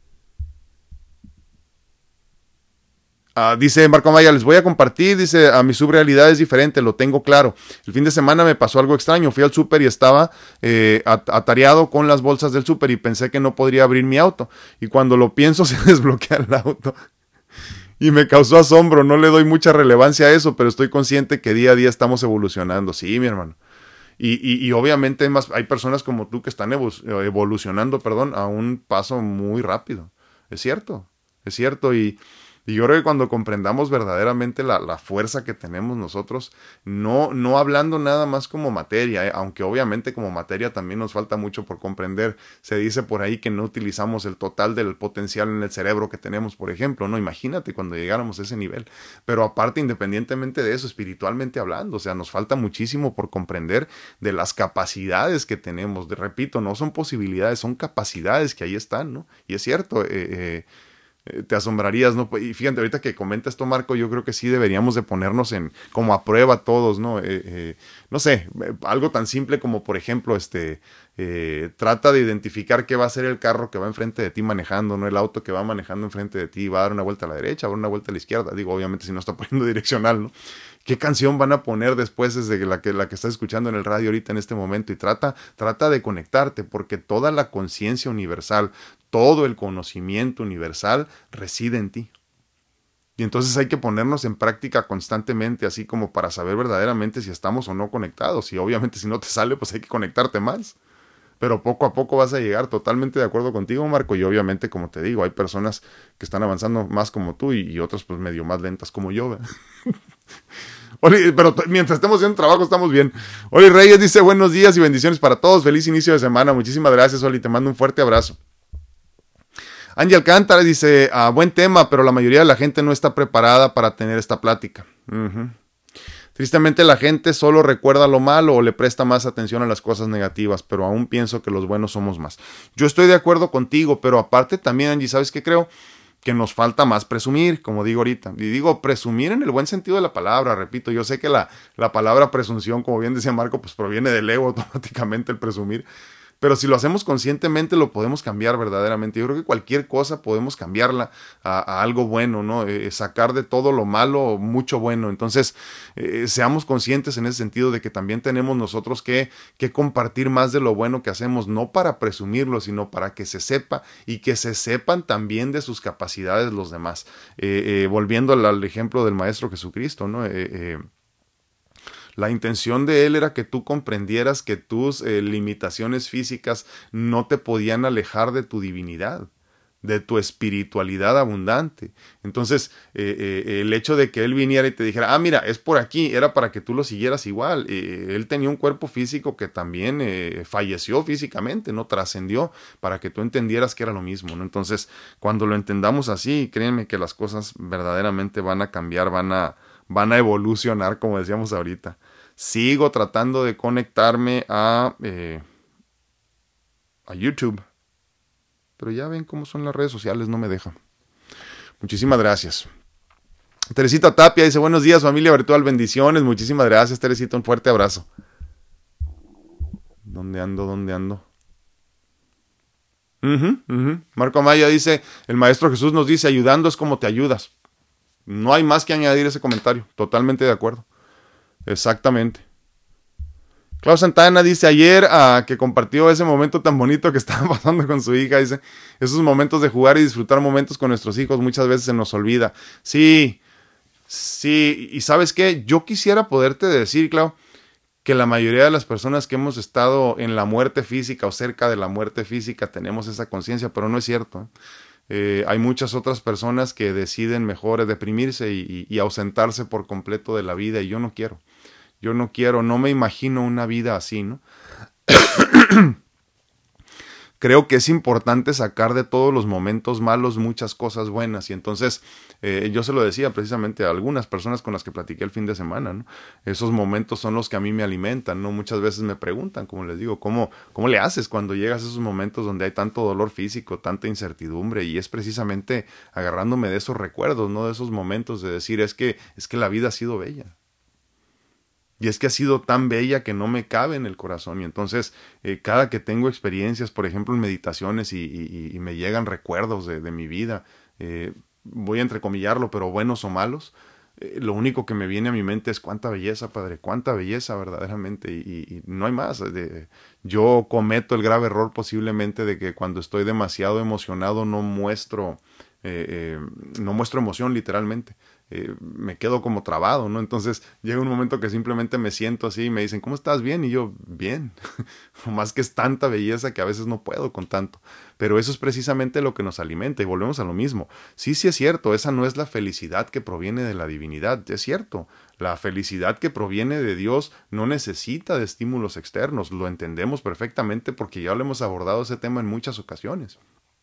Uh, dice Marco Maya, les voy a compartir, dice, a mi subrealidad es diferente, lo tengo claro. El fin de semana me pasó algo extraño, fui al súper y estaba eh, atareado con las bolsas del súper y pensé que no podría abrir mi auto. Y cuando lo pienso se desbloquea el auto. Y me causó asombro, no le doy mucha relevancia a eso, pero estoy consciente que día a día estamos evolucionando. Sí, mi hermano. Y, y, y obviamente hay, más, hay personas como tú que están evolucionando, perdón, a un paso muy rápido. Es cierto, es cierto. Y, y yo creo que cuando comprendamos verdaderamente la, la fuerza que tenemos nosotros, no, no hablando nada más como materia, eh, aunque obviamente como materia también nos falta mucho por comprender. Se dice por ahí que no utilizamos el total del potencial en el cerebro que tenemos, por ejemplo, ¿no? Imagínate cuando llegáramos a ese nivel. Pero aparte, independientemente de eso, espiritualmente hablando, o sea, nos falta muchísimo por comprender de las capacidades que tenemos. De, repito, no son posibilidades, son capacidades que ahí están, ¿no? Y es cierto, eh, eh, te asombrarías, ¿no? Y fíjate, ahorita que comenta esto, Marco, yo creo que sí deberíamos de ponernos en como a prueba todos, ¿no? Eh, eh, no sé, algo tan simple como, por ejemplo, este, eh, trata de identificar qué va a ser el carro que va enfrente de ti manejando, ¿no? El auto que va manejando enfrente de ti, va a dar una vuelta a la derecha, va a dar una vuelta a la izquierda, digo, obviamente si no está poniendo direccional, ¿no? ¿Qué canción van a poner después desde la que, la que estás escuchando en el radio ahorita en este momento? Y trata, trata de conectarte, porque toda la conciencia universal, todo el conocimiento universal reside en ti. Y entonces hay que ponernos en práctica constantemente, así como para saber verdaderamente si estamos o no conectados. Y obviamente si no te sale, pues hay que conectarte más. Pero poco a poco vas a llegar. Totalmente de acuerdo contigo, Marco. Y obviamente, como te digo, hay personas que están avanzando más como tú y, y otras pues medio más lentas como yo, ¿verdad? Oli, pero mientras estemos haciendo trabajo estamos bien. Oli Reyes dice buenos días y bendiciones para todos. Feliz inicio de semana. Muchísimas gracias, Oli. Te mando un fuerte abrazo. Angie Alcántara dice, ah, buen tema, pero la mayoría de la gente no está preparada para tener esta plática. Uh-huh. Tristemente la gente solo recuerda lo malo o le presta más atención a las cosas negativas, pero aún pienso que los buenos somos más. Yo estoy de acuerdo contigo, pero aparte también, Angie, ¿sabes qué creo? Que nos falta más presumir, como digo ahorita. Y digo presumir en el buen sentido de la palabra, repito, yo sé que la, la palabra presunción, como bien decía Marco, pues proviene del ego automáticamente el presumir. Pero si lo hacemos conscientemente, lo podemos cambiar verdaderamente. Yo creo que cualquier cosa podemos cambiarla a, a algo bueno, ¿no? Eh, sacar de todo lo malo mucho bueno. Entonces, eh, seamos conscientes en ese sentido de que también tenemos nosotros que, que compartir más de lo bueno que hacemos, no para presumirlo, sino para que se sepa y que se sepan también de sus capacidades los demás. Eh, eh, volviendo al, al ejemplo del Maestro Jesucristo, ¿no? Eh, eh, La intención de él era que tú comprendieras que tus eh, limitaciones físicas no te podían alejar de tu divinidad, de tu espiritualidad abundante. Entonces, eh, eh, el hecho de que él viniera y te dijera, ah, mira, es por aquí, era para que tú lo siguieras igual. Eh, él tenía un cuerpo físico que también eh, falleció físicamente, ¿no? Trascendió para que tú entendieras que era lo mismo, ¿no? Entonces, cuando lo entendamos así, créanme que las cosas verdaderamente van a cambiar, van a, van a evolucionar, como decíamos ahorita. Sigo tratando de conectarme a, eh, a YouTube. Pero ya ven cómo son las redes sociales, no me deja. Muchísimas gracias. Teresita Tapia dice, buenos días familia virtual, bendiciones. Muchísimas gracias, Teresita, un fuerte abrazo. ¿Dónde ando? ¿Dónde ando? Uh-huh, uh-huh. Marco Amaya dice, el Maestro Jesús nos dice, ayudando es como te ayudas. No hay más que añadir ese comentario, totalmente de acuerdo. Exactamente. Clau Santana dice ayer uh, que compartió ese momento tan bonito que estaba pasando con su hija. Dice, esos momentos de jugar y disfrutar momentos con nuestros hijos muchas veces se nos olvida. Sí, sí, y ¿sabes qué? Yo quisiera poderte decir, Clau, que la mayoría de las personas que hemos estado en la muerte física o cerca de la muerte física tenemos esa conciencia, pero no es cierto. Eh, hay muchas otras personas que deciden mejor deprimirse y, y, y ausentarse por completo de la vida y yo no quiero. Yo no quiero, no me imagino una vida así, ¿no? Creo que es importante sacar de todos los momentos malos muchas cosas buenas y entonces eh, yo se lo decía precisamente a algunas personas con las que platiqué el fin de semana, ¿no? Esos momentos son los que a mí me alimentan, ¿no? Muchas veces me preguntan, como les digo, ¿cómo, cómo le haces cuando llegas a esos momentos donde hay tanto dolor físico, tanta incertidumbre? Y es precisamente agarrándome de esos recuerdos, ¿no? De esos momentos de decir, es que, es que la vida ha sido bella. Y es que ha sido tan bella que no me cabe en el corazón. Y entonces, eh, cada que tengo experiencias, por ejemplo, en meditaciones y, y, y me llegan recuerdos de, de mi vida, eh, voy a entrecomillarlo, pero buenos o malos, eh, lo único que me viene a mi mente es cuánta belleza, Padre, cuánta belleza verdaderamente. Y, y, y no hay más. De, yo cometo el grave error posiblemente de que cuando estoy demasiado emocionado no muestro, eh, eh, no muestro emoción literalmente. Eh, me quedo como trabado, ¿no? Entonces llega un momento que simplemente me siento así y me dicen, ¿cómo estás? Bien, y yo, bien. Más que es tanta belleza que a veces no puedo con tanto. Pero eso es precisamente lo que nos alimenta y volvemos a lo mismo. Sí, sí es cierto, esa no es la felicidad que proviene de la divinidad, es cierto. La felicidad que proviene de Dios no necesita de estímulos externos, lo entendemos perfectamente porque ya lo hemos abordado ese tema en muchas ocasiones.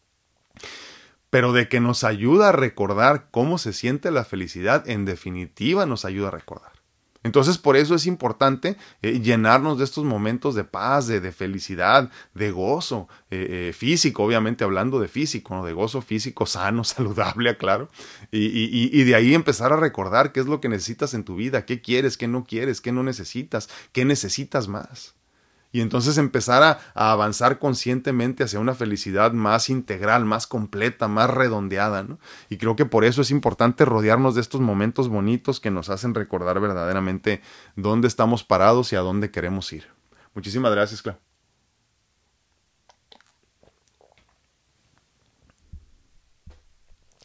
Pero de que nos ayuda a recordar cómo se siente la felicidad, en definitiva nos ayuda a recordar. Entonces por eso es importante eh, llenarnos de estos momentos de paz, de, de felicidad, de gozo eh, eh, físico, obviamente hablando de físico, ¿no? De gozo físico sano, saludable, claro. Y, y, y de ahí empezar a recordar qué es lo que necesitas en tu vida, qué quieres, qué no quieres, qué no necesitas, qué necesitas más. Y entonces empezar a, a avanzar conscientemente hacia una felicidad más integral, más completa, más redondeada, ¿no? Y creo que por eso es importante rodearnos de estos momentos bonitos que nos hacen recordar verdaderamente dónde estamos parados y a dónde queremos ir. Muchísimas gracias, Clau.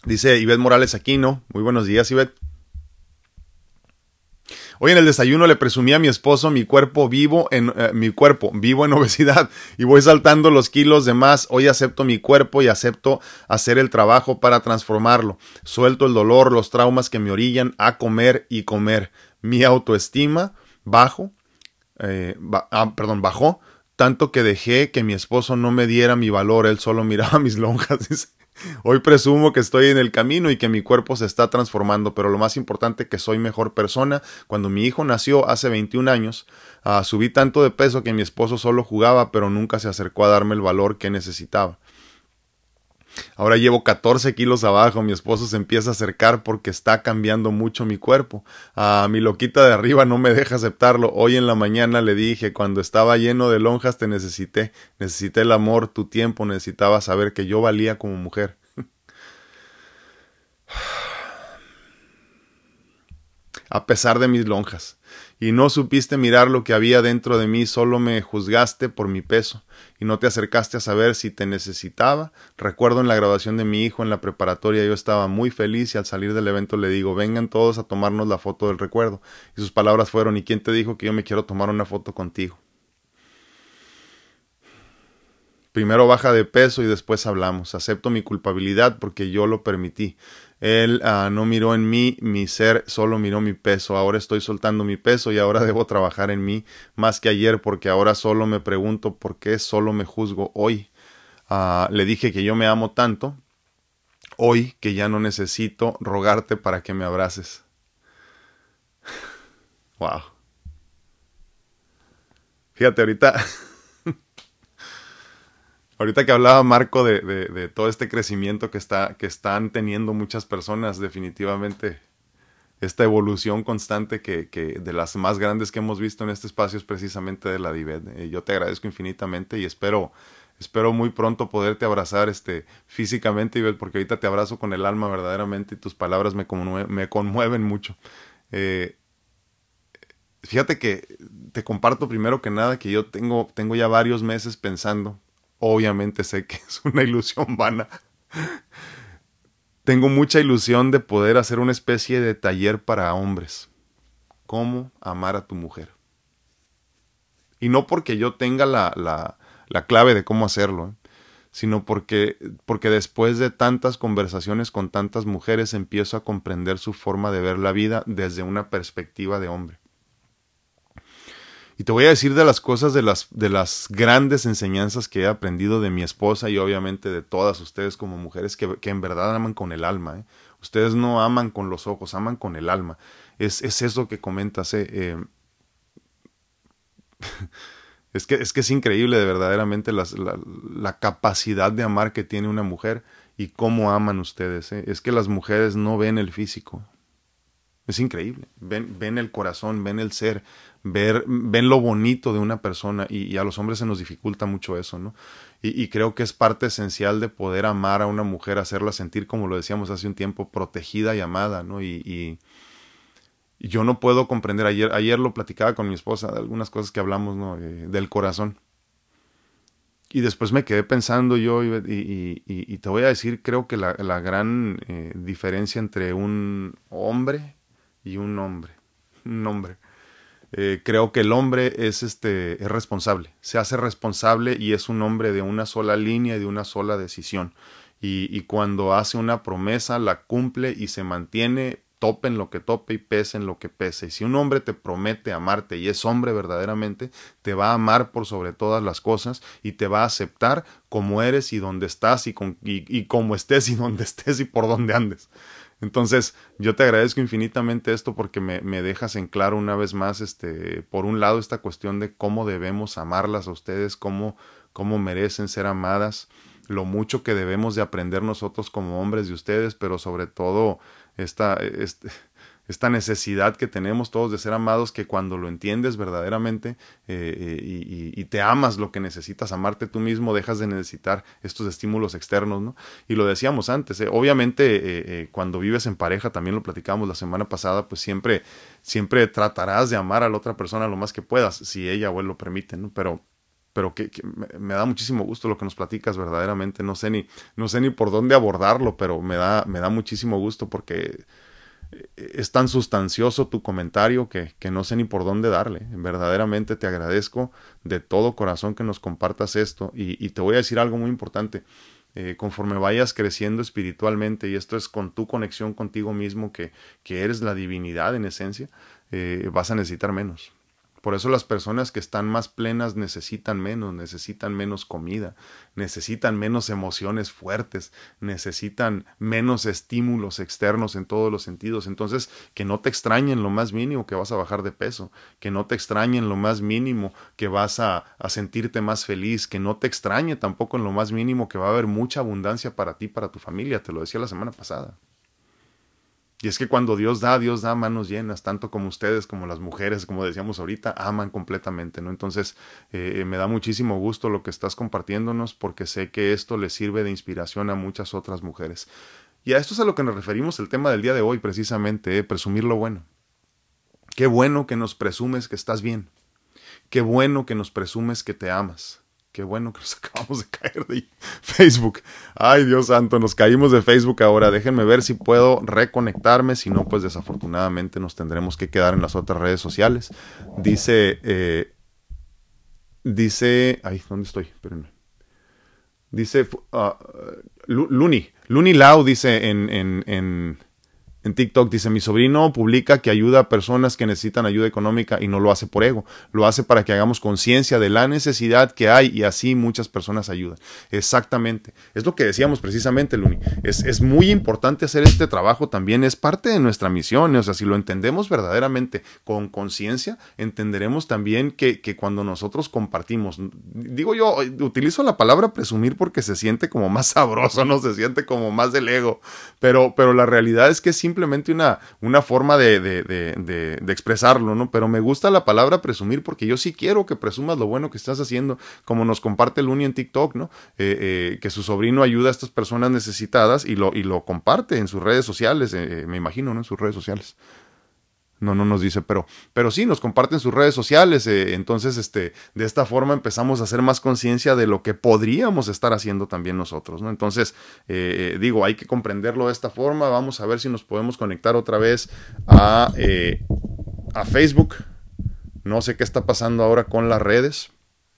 Dice Ivette Morales Aquino. Muy buenos días, Ivette. Hoy en el desayuno le presumí a mi esposo mi cuerpo vivo en eh, mi cuerpo vivo en obesidad y voy saltando los kilos de más. Hoy acepto mi cuerpo y acepto hacer el trabajo para transformarlo. Suelto el dolor, los traumas que me orillan a comer y comer. Mi autoestima bajo, eh, ba ah, perdón, bajó tanto que dejé que mi esposo no me diera mi valor. Él solo miraba mis lonjas. Dice. Hoy presumo que estoy en el camino y que mi cuerpo se está transformando, pero lo más importante que soy mejor persona. Cuando mi hijo nació hace veintiún años, uh, subí tanto de peso que mi esposo solo jugaba, pero nunca se acercó a darme el valor que necesitaba. Ahora llevo catorce kilos abajo, mi esposo se empieza a acercar porque está cambiando mucho mi cuerpo. Uh, mi loquita de arriba no me deja aceptarlo. Hoy en la mañana le dije, cuando estaba lleno de lonjas te necesité, necesité el amor, tu tiempo, necesitaba saber que yo valía como mujer. A pesar de mis lonjas, y no supiste mirar lo que había dentro de mí, solo me juzgaste por mi peso, y no te acercaste a saber si te necesitaba. Recuerdo en la graduación de mi hijo en la preparatoria, yo estaba muy feliz y al salir del evento le digo, vengan todos a tomarnos la foto del recuerdo, y sus palabras fueron, ¿y quién te dijo que yo me quiero tomar una foto contigo? Primero baja de peso y después hablamos. Acepto mi culpabilidad porque yo lo permití. Él uh, no miró en mí mi ser, solo miró mi peso. Ahora estoy soltando mi peso y ahora debo trabajar en mí más que ayer porque ahora solo me pregunto por qué solo me juzgo hoy. Uh, le dije que yo me amo tanto, hoy que ya no necesito rogarte para que me abraces. Wow. Fíjate, ahorita... Ahorita que hablaba Marco de, de, de todo este crecimiento que, está, que están teniendo muchas personas, definitivamente esta evolución constante que, que de las más grandes que hemos visto en este espacio es precisamente de la Divet. Eh, yo te agradezco infinitamente y espero, espero muy pronto poderte abrazar este, físicamente, Ivette, porque ahorita te abrazo con el alma verdaderamente y tus palabras me, conmue me conmueven mucho. Eh, fíjate que te comparto primero que nada que yo tengo, tengo ya varios meses pensando. Obviamente sé que es una ilusión vana. Tengo mucha ilusión de poder hacer una especie de taller para hombres. Cómo amar a tu mujer. Y no porque yo tenga la, la, la clave de cómo hacerlo, ¿eh? Sino porque, porque después de tantas conversaciones con tantas mujeres empiezo a comprender su forma de ver la vida desde una perspectiva de hombre. Y te voy a decir de las cosas, de las, de las grandes enseñanzas que he aprendido de mi esposa y obviamente de todas ustedes como mujeres que, que en verdad aman con el alma. ¿eh? Ustedes no aman con los ojos, aman con el alma. Es, es eso que comentas. ¿eh? Eh, es, que, es que es increíble de verdaderamente las, la, la capacidad de amar que tiene una mujer y cómo aman ustedes. ¿eh? Es que las mujeres no ven el físico. Es increíble. Ven, ven el corazón, ven el ser, ver, ven lo bonito de una persona y, y a los hombres se nos dificulta mucho eso, ¿no? Y, y creo que es parte esencial de poder amar a una mujer, hacerla sentir, como lo decíamos hace un tiempo, protegida y amada, ¿no? Y, y, y yo no puedo comprender, ayer, ayer lo platicaba con mi esposa, de algunas cosas que hablamos, ¿no? Eh, del corazón. Y después me quedé pensando yo y, y, y, y te voy a decir, creo que la, la gran eh, diferencia entre un hombre y un hombre, un hombre. Eh, creo que el hombre es, este, es responsable, se hace responsable y es un hombre de una sola línea y de una sola decisión. Y, y cuando hace una promesa, la cumple y se mantiene, tope en lo que tope y pese en lo que pese. Y si un hombre te promete amarte y es hombre verdaderamente, te va a amar por sobre todas las cosas y te va a aceptar como eres y donde estás y, con, y, y como estés y donde estés y por donde andes. Entonces, yo te agradezco infinitamente esto porque me, me dejas en claro una vez más, este, por un lado, esta cuestión de cómo debemos amarlas a ustedes, cómo, cómo merecen ser amadas, lo mucho que debemos de aprender nosotros como hombres de ustedes, pero sobre todo esta, este, esta necesidad que tenemos todos de ser amados, que cuando lo entiendes verdaderamente eh, y, y, y te amas lo que necesitas, amarte tú mismo, dejas de necesitar estos estímulos externos, ¿no? Y lo decíamos antes, eh, obviamente eh, eh, cuando vives en pareja, también lo platicábamos la semana pasada, pues siempre, siempre tratarás de amar a la otra persona lo más que puedas, si ella o él lo permite, ¿no? Pero pero que, que me, me da muchísimo gusto lo que nos platicas verdaderamente. No sé ni, no sé ni por dónde abordarlo, pero me da, me da muchísimo gusto porque es tan sustancioso tu comentario que, que no sé ni por dónde darle. Verdaderamente te agradezco de todo corazón que nos compartas esto. Y, y te voy a decir algo muy importante. Eh, conforme vayas creciendo espiritualmente, y esto es con tu conexión contigo mismo, que, que eres la divinidad en esencia, eh, vas a necesitar menos. Por eso las personas que están más plenas necesitan menos, necesitan menos comida, necesitan menos emociones fuertes, necesitan menos estímulos externos en todos los sentidos. Entonces, que no te extrañen lo más mínimo que vas a bajar de peso, que no te extrañen lo más mínimo que vas a, a sentirte más feliz, que no te extrañe tampoco en lo más mínimo que va a haber mucha abundancia para ti, para tu familia. Te lo decía la semana pasada. Y es que cuando Dios da, Dios da manos llenas, tanto como ustedes, como las mujeres, como decíamos ahorita, aman completamente, ¿no? Entonces, eh, me da muchísimo gusto lo que estás compartiéndonos, porque sé que esto le sirve de inspiración a muchas otras mujeres. Y a esto es a lo que nos referimos el tema del día de hoy, precisamente, eh, presumir lo bueno. Qué bueno que nos presumes que estás bien. Qué bueno que nos presumes que te amas. Qué bueno que nos acabamos de caer de Facebook. Ay, Dios santo, nos caímos de Facebook ahora. Déjenme ver si puedo reconectarme. Si no, pues desafortunadamente nos tendremos que quedar en las otras redes sociales. Dice, eh, dice, ay, ¿dónde estoy? Espérenme. Dice, uh, Luni, Luni Lau dice en, en, en, en TikTok, dice, mi sobrino publica que ayuda a personas que necesitan ayuda económica y no lo hace por ego, lo hace para que hagamos conciencia de la necesidad que hay y así muchas personas ayudan. Exactamente, es lo que decíamos precisamente, Luni, es, es muy importante hacer este trabajo también, es parte de nuestra misión, o sea, si lo entendemos verdaderamente con conciencia, entenderemos también que, que cuando nosotros compartimos, digo yo, utilizo la palabra presumir porque se siente como más sabroso, no se siente como más del ego, pero, pero la realidad es que es simplemente una, una forma de, de, de, de, de expresarlo, ¿no? Pero me gusta la palabra presumir porque yo sí quiero que presumas lo bueno que estás haciendo, como nos comparte Luni en TikTok, ¿no? Eh, eh, que su sobrino ayuda a estas personas necesitadas y lo, y lo comparte en sus redes sociales, eh, me imagino, ¿no? En sus redes sociales. No, no nos dice, pero, pero sí, nos comparten sus redes sociales, eh, entonces este, de esta forma empezamos a hacer más conciencia de lo que podríamos estar haciendo también nosotros, ¿no? Entonces, eh, digo, hay que comprenderlo de esta forma, vamos a ver si nos podemos conectar otra vez a, eh, a Facebook, no sé qué está pasando ahora con las redes,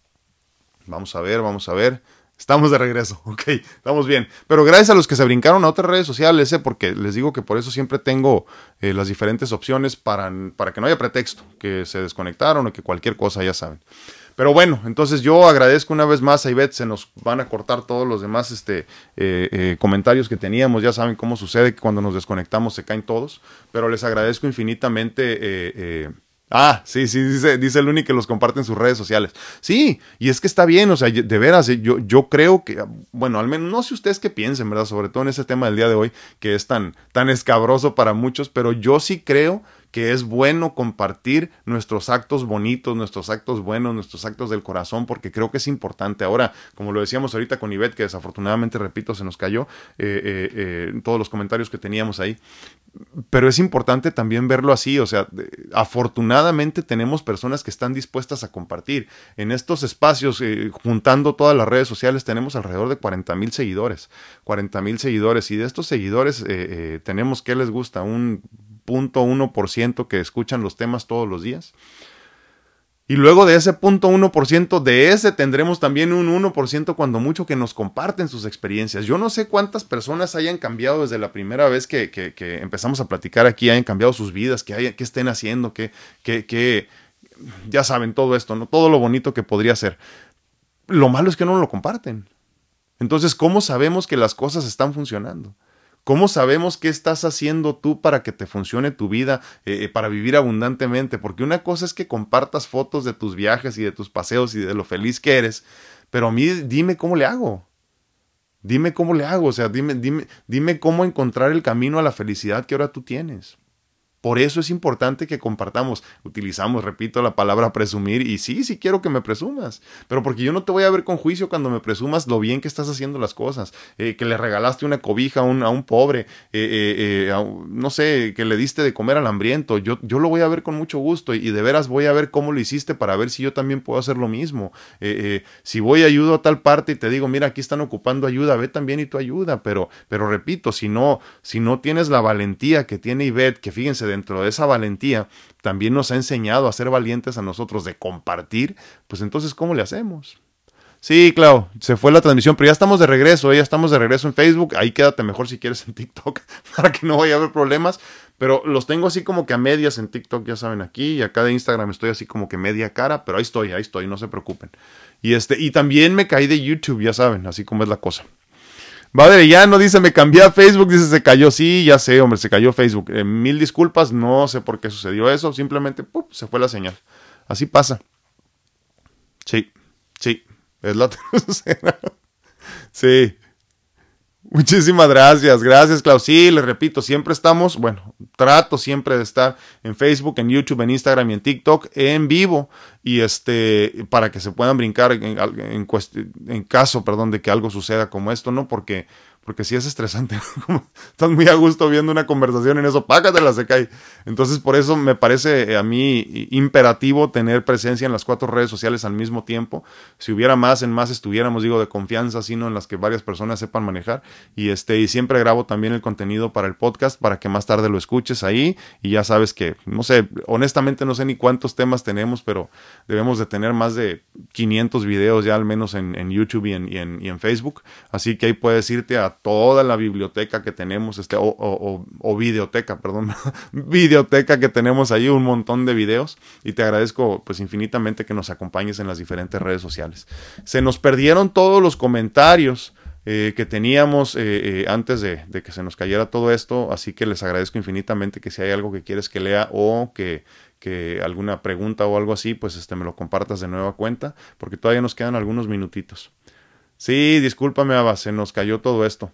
vamos a ver, vamos a ver. Estamos de regreso, ok, estamos bien. Pero gracias a los que se brincaron a otras redes sociales, ¿eh? Porque les digo que por eso siempre tengo eh, las diferentes opciones para, para que no haya pretexto, que se desconectaron o que cualquier cosa, ya saben. Pero bueno, entonces yo agradezco una vez más a Ivette, se nos van a cortar todos los demás este, eh, eh, comentarios que teníamos, ya saben cómo sucede que cuando nos desconectamos se caen todos, pero les agradezco infinitamente... Eh, eh, Ah, sí, sí, dice, dice Luni que los comparte en sus redes sociales. Sí, y es que está bien, o sea, de veras, yo, yo creo que, bueno, al menos, no sé ustedes qué piensen, ¿verdad? Sobre todo en ese tema del día de hoy, que es tan, tan escabroso para muchos, pero yo sí creo que es bueno compartir nuestros actos bonitos, nuestros actos buenos, nuestros actos del corazón, porque creo que es importante. Ahora, como lo decíamos ahorita con Ivette, que desafortunadamente, repito, se nos cayó eh, eh, eh, todos los comentarios que teníamos ahí, pero es importante también verlo así, o sea, afortunadamente tenemos personas que están dispuestas a compartir. En estos espacios, eh, juntando todas las redes sociales, tenemos alrededor de cuarenta mil seguidores, cuarenta mil seguidores, y de estos seguidores eh, eh, tenemos, ¿qué les gusta? Un punto uno por ciento que escuchan los temas todos los días. Y luego de ese punto uno por ciento, de ese tendremos también un uno por ciento cuando mucho que nos comparten sus experiencias. Yo no sé cuántas personas hayan cambiado desde la primera vez que, que, que empezamos a platicar aquí, hayan cambiado sus vidas, que, hayan, que estén haciendo, que, que, que ya saben todo esto, ¿no? Todo lo bonito que podría ser. Lo malo es que no lo comparten. Entonces, ¿cómo sabemos que las cosas están funcionando? ¿Cómo sabemos qué estás haciendo tú para que te funcione tu vida, eh, para vivir abundantemente? Porque una cosa es que compartas fotos de tus viajes y de tus paseos y de lo feliz que eres, pero a mí dime cómo le hago. Dime cómo le hago, o sea, dime, dime, dime cómo encontrar el camino a la felicidad que ahora tú tienes. Por eso es importante que compartamos. Utilizamos, repito, la palabra presumir. Y sí, sí quiero que me presumas. Pero porque yo no te voy a ver con juicio cuando me presumas lo bien que estás haciendo las cosas. Eh, que le regalaste una cobija a un, a un pobre. Eh, eh, eh, a, no sé, que le diste de comer al hambriento. Yo, yo lo voy a ver con mucho gusto. Y, y de veras voy a ver cómo lo hiciste para ver si yo también puedo hacer lo mismo. Eh, eh, si voy y ayudo a tal parte y te digo, mira, aquí están ocupando ayuda, ve también y tu ayuda. Pero, pero repito, si no, si no tienes la valentía que tiene Ivette, que fíjense, dentro de esa valentía también nos ha enseñado a ser valientes a nosotros de compartir, pues entonces ¿cómo le hacemos? Sí, claro, se fue la transmisión, pero ya estamos de regreso, ¿eh? Ya estamos de regreso en Facebook, ahí quédate mejor si quieres en TikTok para que no vaya a haber problemas, pero los tengo así como que a medias en TikTok, ya saben, aquí, y acá de Instagram estoy así como que media cara, pero ahí estoy, ahí estoy, no se preocupen. Y este, y también me caí de YouTube, ya saben, así como es la cosa. Madre, ya no dice, me cambié a Facebook, dice, se cayó. Sí, ya sé, hombre, se cayó Facebook. Eh, mil disculpas, no sé por qué sucedió eso, simplemente ¡pum!, se fue la señal. Así pasa. Sí, sí, es la tercera. Sí. Muchísimas gracias, gracias Clau. Sí, les repito, siempre estamos, bueno, trato siempre de estar en Facebook, en YouTube, en Instagram y en TikTok en vivo y este, para que se puedan brincar en, en, en, en caso, perdón, de que algo suceda como esto, ¿no? Porque, porque sí es estresante, ¿no? Estás muy a gusto viendo una conversación en eso, págatela, se cae. Entonces, por eso me parece a mí imperativo tener presencia en las cuatro redes sociales al mismo tiempo. Si hubiera más, en más estuviéramos, digo, de confianza, sino en las que varias personas sepan manejar. Y este, y siempre grabo también el contenido para el podcast para que más tarde lo escuches ahí. Y ya sabes que, no sé, honestamente no sé ni cuántos temas tenemos, pero debemos de tener más de quinientos videos ya al menos en, en YouTube y en, y, en, y en Facebook. Así que ahí puedes irte a toda la biblioteca que tenemos, este, o, o, o, o videoteca, perdón, videoteca que tenemos ahí, un montón de videos. Y te agradezco pues infinitamente que nos acompañes en las diferentes redes sociales. Se nos perdieron todos los comentarios Eh, que teníamos eh, eh, antes de, de que se nos cayera todo esto, así que les agradezco infinitamente que si hay algo que quieres que lea o que, que alguna pregunta o algo así, pues este, me lo compartas de nueva cuenta, porque todavía nos quedan algunos minutitos. Sí, discúlpame, Ava, se nos cayó todo esto.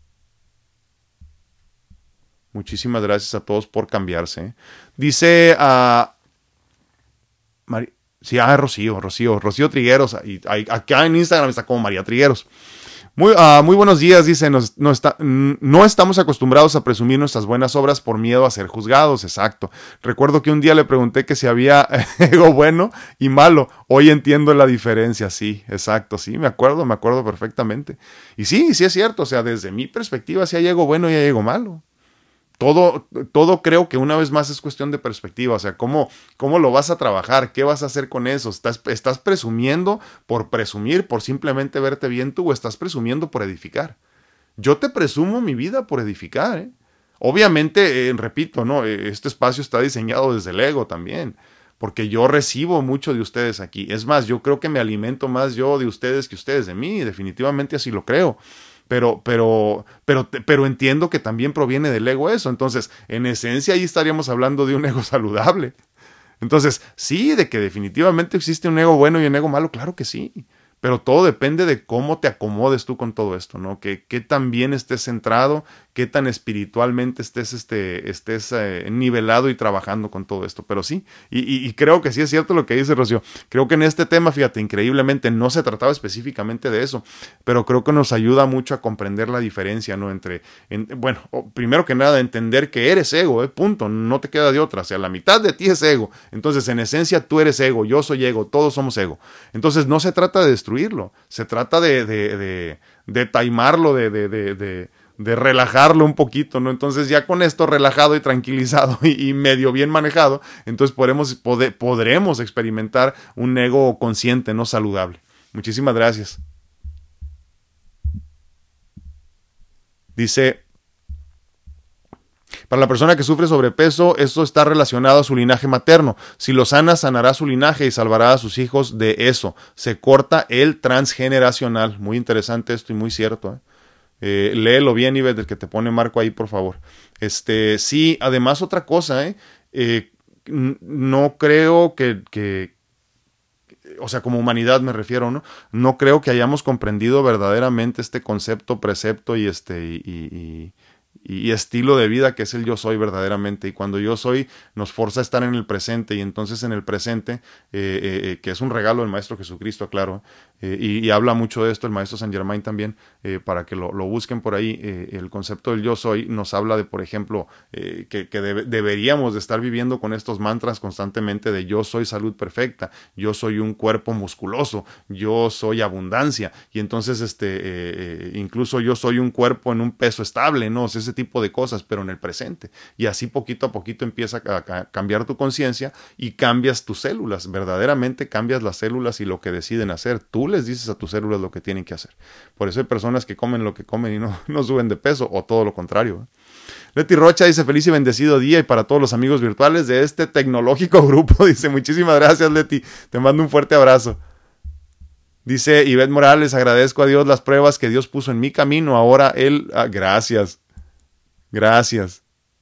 Muchísimas gracias a todos por cambiarse. ¿eh? Dice a... Uh, Mari... Sí, ah, Rocío, Rocío, Rocío Trigueros, y, y, acá en Instagram está como María Trigueros. Muy, uh, muy buenos días, dice, nos, no, está, no estamos acostumbrados a presumir nuestras buenas obras por miedo a ser juzgados, exacto. Recuerdo que un día le pregunté que si había ego bueno y malo, hoy entiendo la diferencia, sí, exacto, sí, me acuerdo, me acuerdo perfectamente. Y sí, sí es cierto, o sea, desde mi perspectiva sí hay ego bueno y hay ego malo. Todo, todo creo que una vez más es cuestión de perspectiva, o sea, ¿cómo, cómo lo vas a trabajar? ¿Qué vas a hacer con eso? ¿Estás, ¿Estás presumiendo por presumir, por simplemente verte bien tú o estás presumiendo por edificar? Yo te presumo mi vida por edificar, ¿eh? Obviamente, eh, repito, ¿no? Este espacio está diseñado desde el ego también, porque yo recibo mucho de ustedes aquí. Es más, yo creo que me alimento más yo de ustedes que ustedes de mí, definitivamente así lo creo. Pero, pero, pero, pero entiendo que también proviene del ego eso. Entonces, en esencia, ahí estaríamos hablando de un ego saludable. Entonces, sí, de que definitivamente existe un ego bueno y un ego malo, claro que sí. Pero todo depende de cómo te acomodes tú con todo esto, ¿no? Que, que tan bien estés centrado, qué tan espiritualmente estés, este, estés eh, nivelado y trabajando con todo esto. Pero sí, y, y, y creo que sí es cierto lo que dice Rocío. Creo que en este tema, fíjate, increíblemente no se trataba específicamente de eso, pero creo que nos ayuda mucho a comprender la diferencia, ¿no? Entre, en, bueno, primero que nada, entender que eres ego, ¿eh? Punto, no te queda de otra. O sea, la mitad de ti es ego. Entonces, en esencia, tú eres ego, yo soy ego, todos somos ego. Entonces, no se trata de destruirlo, se trata de, de, de, de taimarlo, de, de, de, de de relajarlo un poquito, ¿no? Entonces ya con esto relajado y tranquilizado y, y medio bien manejado, entonces podremos, pode, podremos experimentar un ego consciente, no saludable. Muchísimas gracias. Dice, para la persona que sufre sobrepeso, esto está relacionado a su linaje materno. Si lo sana, sanará su linaje y salvará a sus hijos de eso. Se corta el transgeneracional. Muy interesante esto y muy cierto, ¿eh? Eh, léelo bien, Ives, del que te pone Marco ahí, por favor. Este, sí, además otra cosa, ¿eh? Eh, no creo que, que, o sea, como humanidad me refiero, ¿no? No creo que hayamos comprendido verdaderamente este concepto, precepto y este, y, y, y estilo de vida que es el yo soy verdaderamente. Y cuando yo soy nos forza a estar en el presente, y entonces en el presente, eh, eh, que es un regalo del Maestro Jesucristo, claro, eh, y, y habla mucho de esto el Maestro Saint Germain también, eh, para que lo, lo busquen por ahí. Eh, el concepto del yo soy nos habla de, por ejemplo, eh, que, que debe, deberíamos de estar viviendo con estos mantras constantemente de yo soy salud perfecta, yo soy un cuerpo musculoso, yo soy abundancia, y entonces este eh, eh, incluso yo soy un cuerpo en un peso estable, ¿no? O sea, ese tipo de cosas, pero en el presente. Y así poquito a poquito empieza a, a cambiar tu conciencia y cambias tus células, verdaderamente cambias las células y lo que deciden hacer. Tú les dices a tus células lo que tienen que hacer. Por eso hay personas que comen lo que comen y no, no suben de peso, o todo lo contrario, ¿eh? Leti Rocha dice feliz y bendecido día, y para todos los amigos virtuales de este tecnológico grupo, dice muchísimas gracias Leti, te mando un fuerte abrazo. Dice Ivette Morales, agradezco a Dios las pruebas que Dios puso en mi camino, ahora Él, ah, gracias, gracias.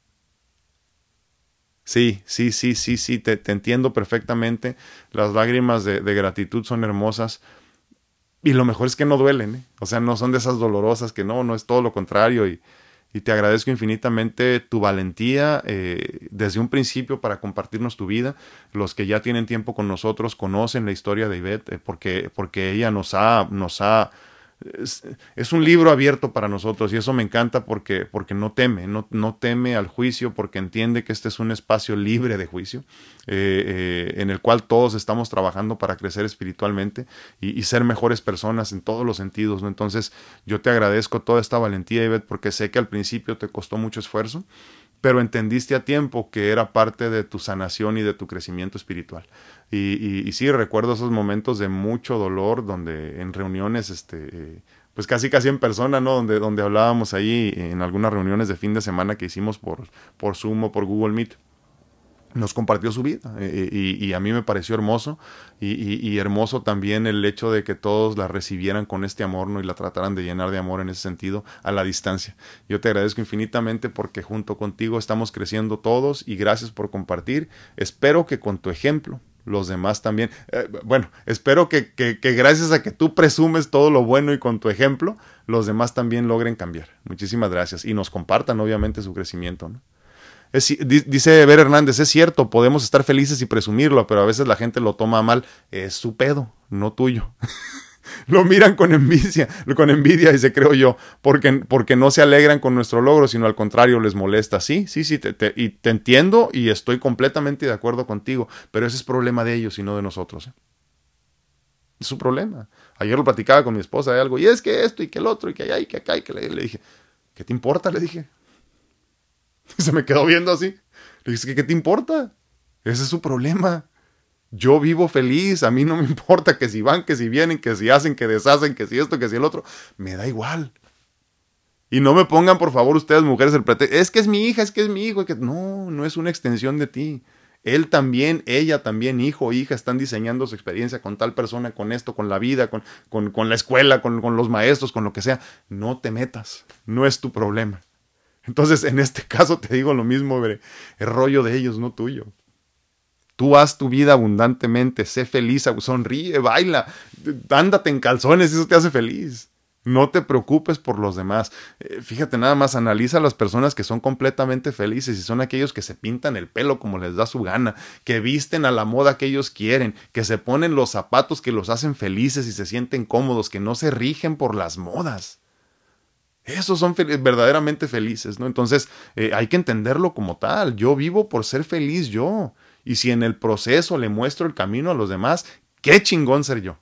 Sí, sí, sí, sí, sí, te, te entiendo perfectamente, las lágrimas de, de gratitud son hermosas, y lo mejor es que no duelen, ¿eh? O sea, no son de esas dolorosas que no, no es todo lo contrario, y Y te agradezco infinitamente tu valentía eh, desde un principio para compartirnos tu vida. Los que ya tienen tiempo con nosotros conocen la historia de Ivette, eh, porque, porque ella nos ha... Nos ha es, es un libro abierto para nosotros, y eso me encanta porque, porque no teme, no, no teme al juicio, porque entiende que este es un espacio libre de juicio, eh, eh, en el cual todos estamos trabajando para crecer espiritualmente y, y ser mejores personas en todos los sentidos, ¿no? Entonces yo te agradezco toda esta valentía, Ivette, porque sé que al principio te costó mucho esfuerzo, pero entendiste a tiempo que era parte de tu sanación y de tu crecimiento espiritual. Y, y, y sí, recuerdo esos momentos de mucho dolor, donde en reuniones, este, eh, pues casi casi en persona, ¿no? Donde, donde hablábamos ahí en algunas reuniones de fin de semana que hicimos por, por Zoom o por Google Meet. Nos compartió su vida, eh, y, y a mí me pareció hermoso, y, y, y hermoso también el hecho de que todos la recibieran con este amor, ¿no? Y la trataran de llenar de amor en ese sentido, a la distancia. Yo te agradezco infinitamente porque junto contigo estamos creciendo todos, y gracias por compartir. Espero que con tu ejemplo los demás también, eh, bueno, espero que, que, que gracias a que tú presumes todo lo bueno y con tu ejemplo, los demás también logren cambiar. Muchísimas gracias, y nos compartan obviamente su crecimiento, ¿no? Es, dice Ver Hernández, es cierto, podemos estar felices y presumirlo, pero a veces la gente lo toma mal. Es su pedo, no tuyo. Lo miran con envidia, con envidia, y se creo yo, porque, porque no se alegran con nuestro logro, sino al contrario, les molesta. Sí, sí, sí, te, te, y te entiendo y estoy completamente de acuerdo contigo, pero ese es problema de ellos y no de nosotros, ¿eh? Es su problema. Ayer lo platicaba con mi esposa de algo, y es que esto y que el otro, y que allá y que acá, y que le, le dije, ¿qué te importa? Le dije. Se me quedó viendo así. Le dije, ¿qué te importa? Ese es su problema. Yo vivo feliz, a mí no me importa que si van, que si vienen, que si hacen, que deshacen, que si esto, que si el otro. Me da igual. Y no me pongan, por favor, ustedes mujeres el pretexto, es que es mi hija, es que es mi hijo. Que... No, no es una extensión de ti. Él también, ella también, hijo o hija, están diseñando su experiencia con tal persona, con esto, con la vida, con, con, con la escuela, con, con los maestros, con lo que sea. No te metas, no es tu problema. Entonces, en este caso te digo lo mismo, bre, es rollo de ellos, no tuyo. Tú haz tu vida abundantemente, sé feliz, sonríe, baila, ándate en calzones, eso te hace feliz. No te preocupes por los demás. Eh, fíjate nada más, analiza a las personas que son completamente felices, y son aquellos que se pintan el pelo como les da su gana, que visten a la moda que ellos quieren, que se ponen los zapatos que los hacen felices y se sienten cómodos, que no se rigen por las modas. Esos son fel- verdaderamente felices, ¿no? Entonces, eh, hay que entenderlo como tal. Yo vivo por ser feliz yo. Y si en el proceso le muestro el camino a los demás, qué chingón ser yo.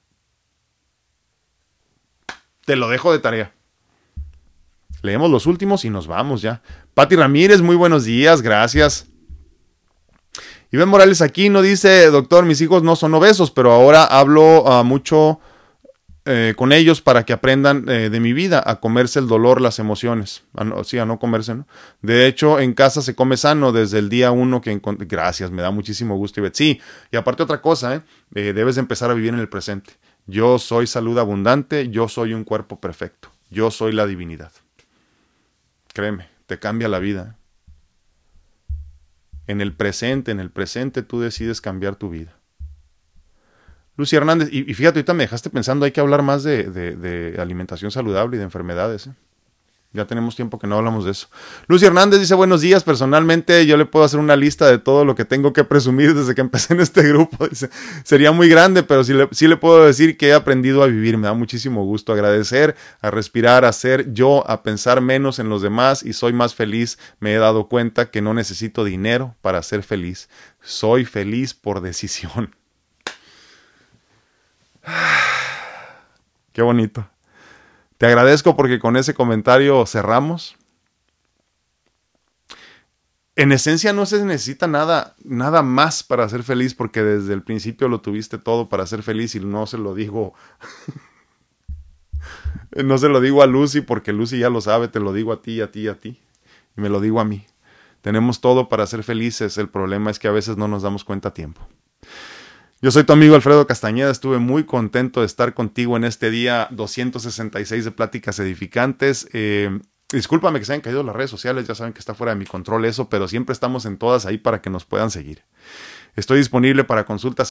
Te lo dejo de tarea. Leemos los últimos y nos vamos ya. Pati Ramírez, muy buenos días, gracias. Iván Morales Aquino dice, doctor, mis hijos no son obesos, pero ahora hablo uh, mucho... Eh, con ellos para que aprendan eh, de mi vida, a comerse el dolor, las emociones, a no, sí, a no comerse, ¿no? De hecho, en casa se come sano desde el día uno que encontré. Gracias, me da muchísimo gusto, Ivette. Sí, y aparte otra cosa, ¿eh? Eh, debes de empezar a vivir en el presente. Yo soy salud abundante, yo soy un cuerpo perfecto, yo soy la divinidad. Créeme, te cambia la vida. En el presente, en el presente tú decides cambiar tu vida. Lucy Hernández, y, y fíjate, ahorita me dejaste pensando, hay que hablar más de, de, de alimentación saludable y de enfermedades, ¿eh? Ya tenemos tiempo que no hablamos de eso. Lucy Hernández dice, buenos días, personalmente yo le puedo hacer una lista de todo lo que tengo que presumir desde que empecé en este grupo. Dice, sería muy grande, pero sí le, sí le puedo decir que he aprendido a vivir. Me da muchísimo gusto agradecer, a respirar, a ser yo, a pensar menos en los demás y soy más feliz. Me he dado cuenta que no necesito dinero para ser feliz. Soy feliz por decisión. Qué bonito. Te agradezco porque con ese comentario cerramos. En esencia no se necesita nada, nada más para ser feliz, porque desde el principio lo tuviste todo para ser feliz y no se lo digo. No se lo digo a Lucy porque Lucy ya lo sabe, te lo digo a ti, a ti, a ti. Y me lo digo a mí. Tenemos todo para ser felices, el problema es que a veces no nos damos cuenta a tiempo. Yo soy tu amigo Alfredo Castañeda, estuve muy contento de estar contigo en este día doscientos sesenta y seis de Pláticas Edificantes. Eh, discúlpame que se hayan caído las redes sociales, ya saben que está fuera de mi control eso, pero siempre estamos en todas ahí para que nos puedan seguir. Estoy disponible para consultas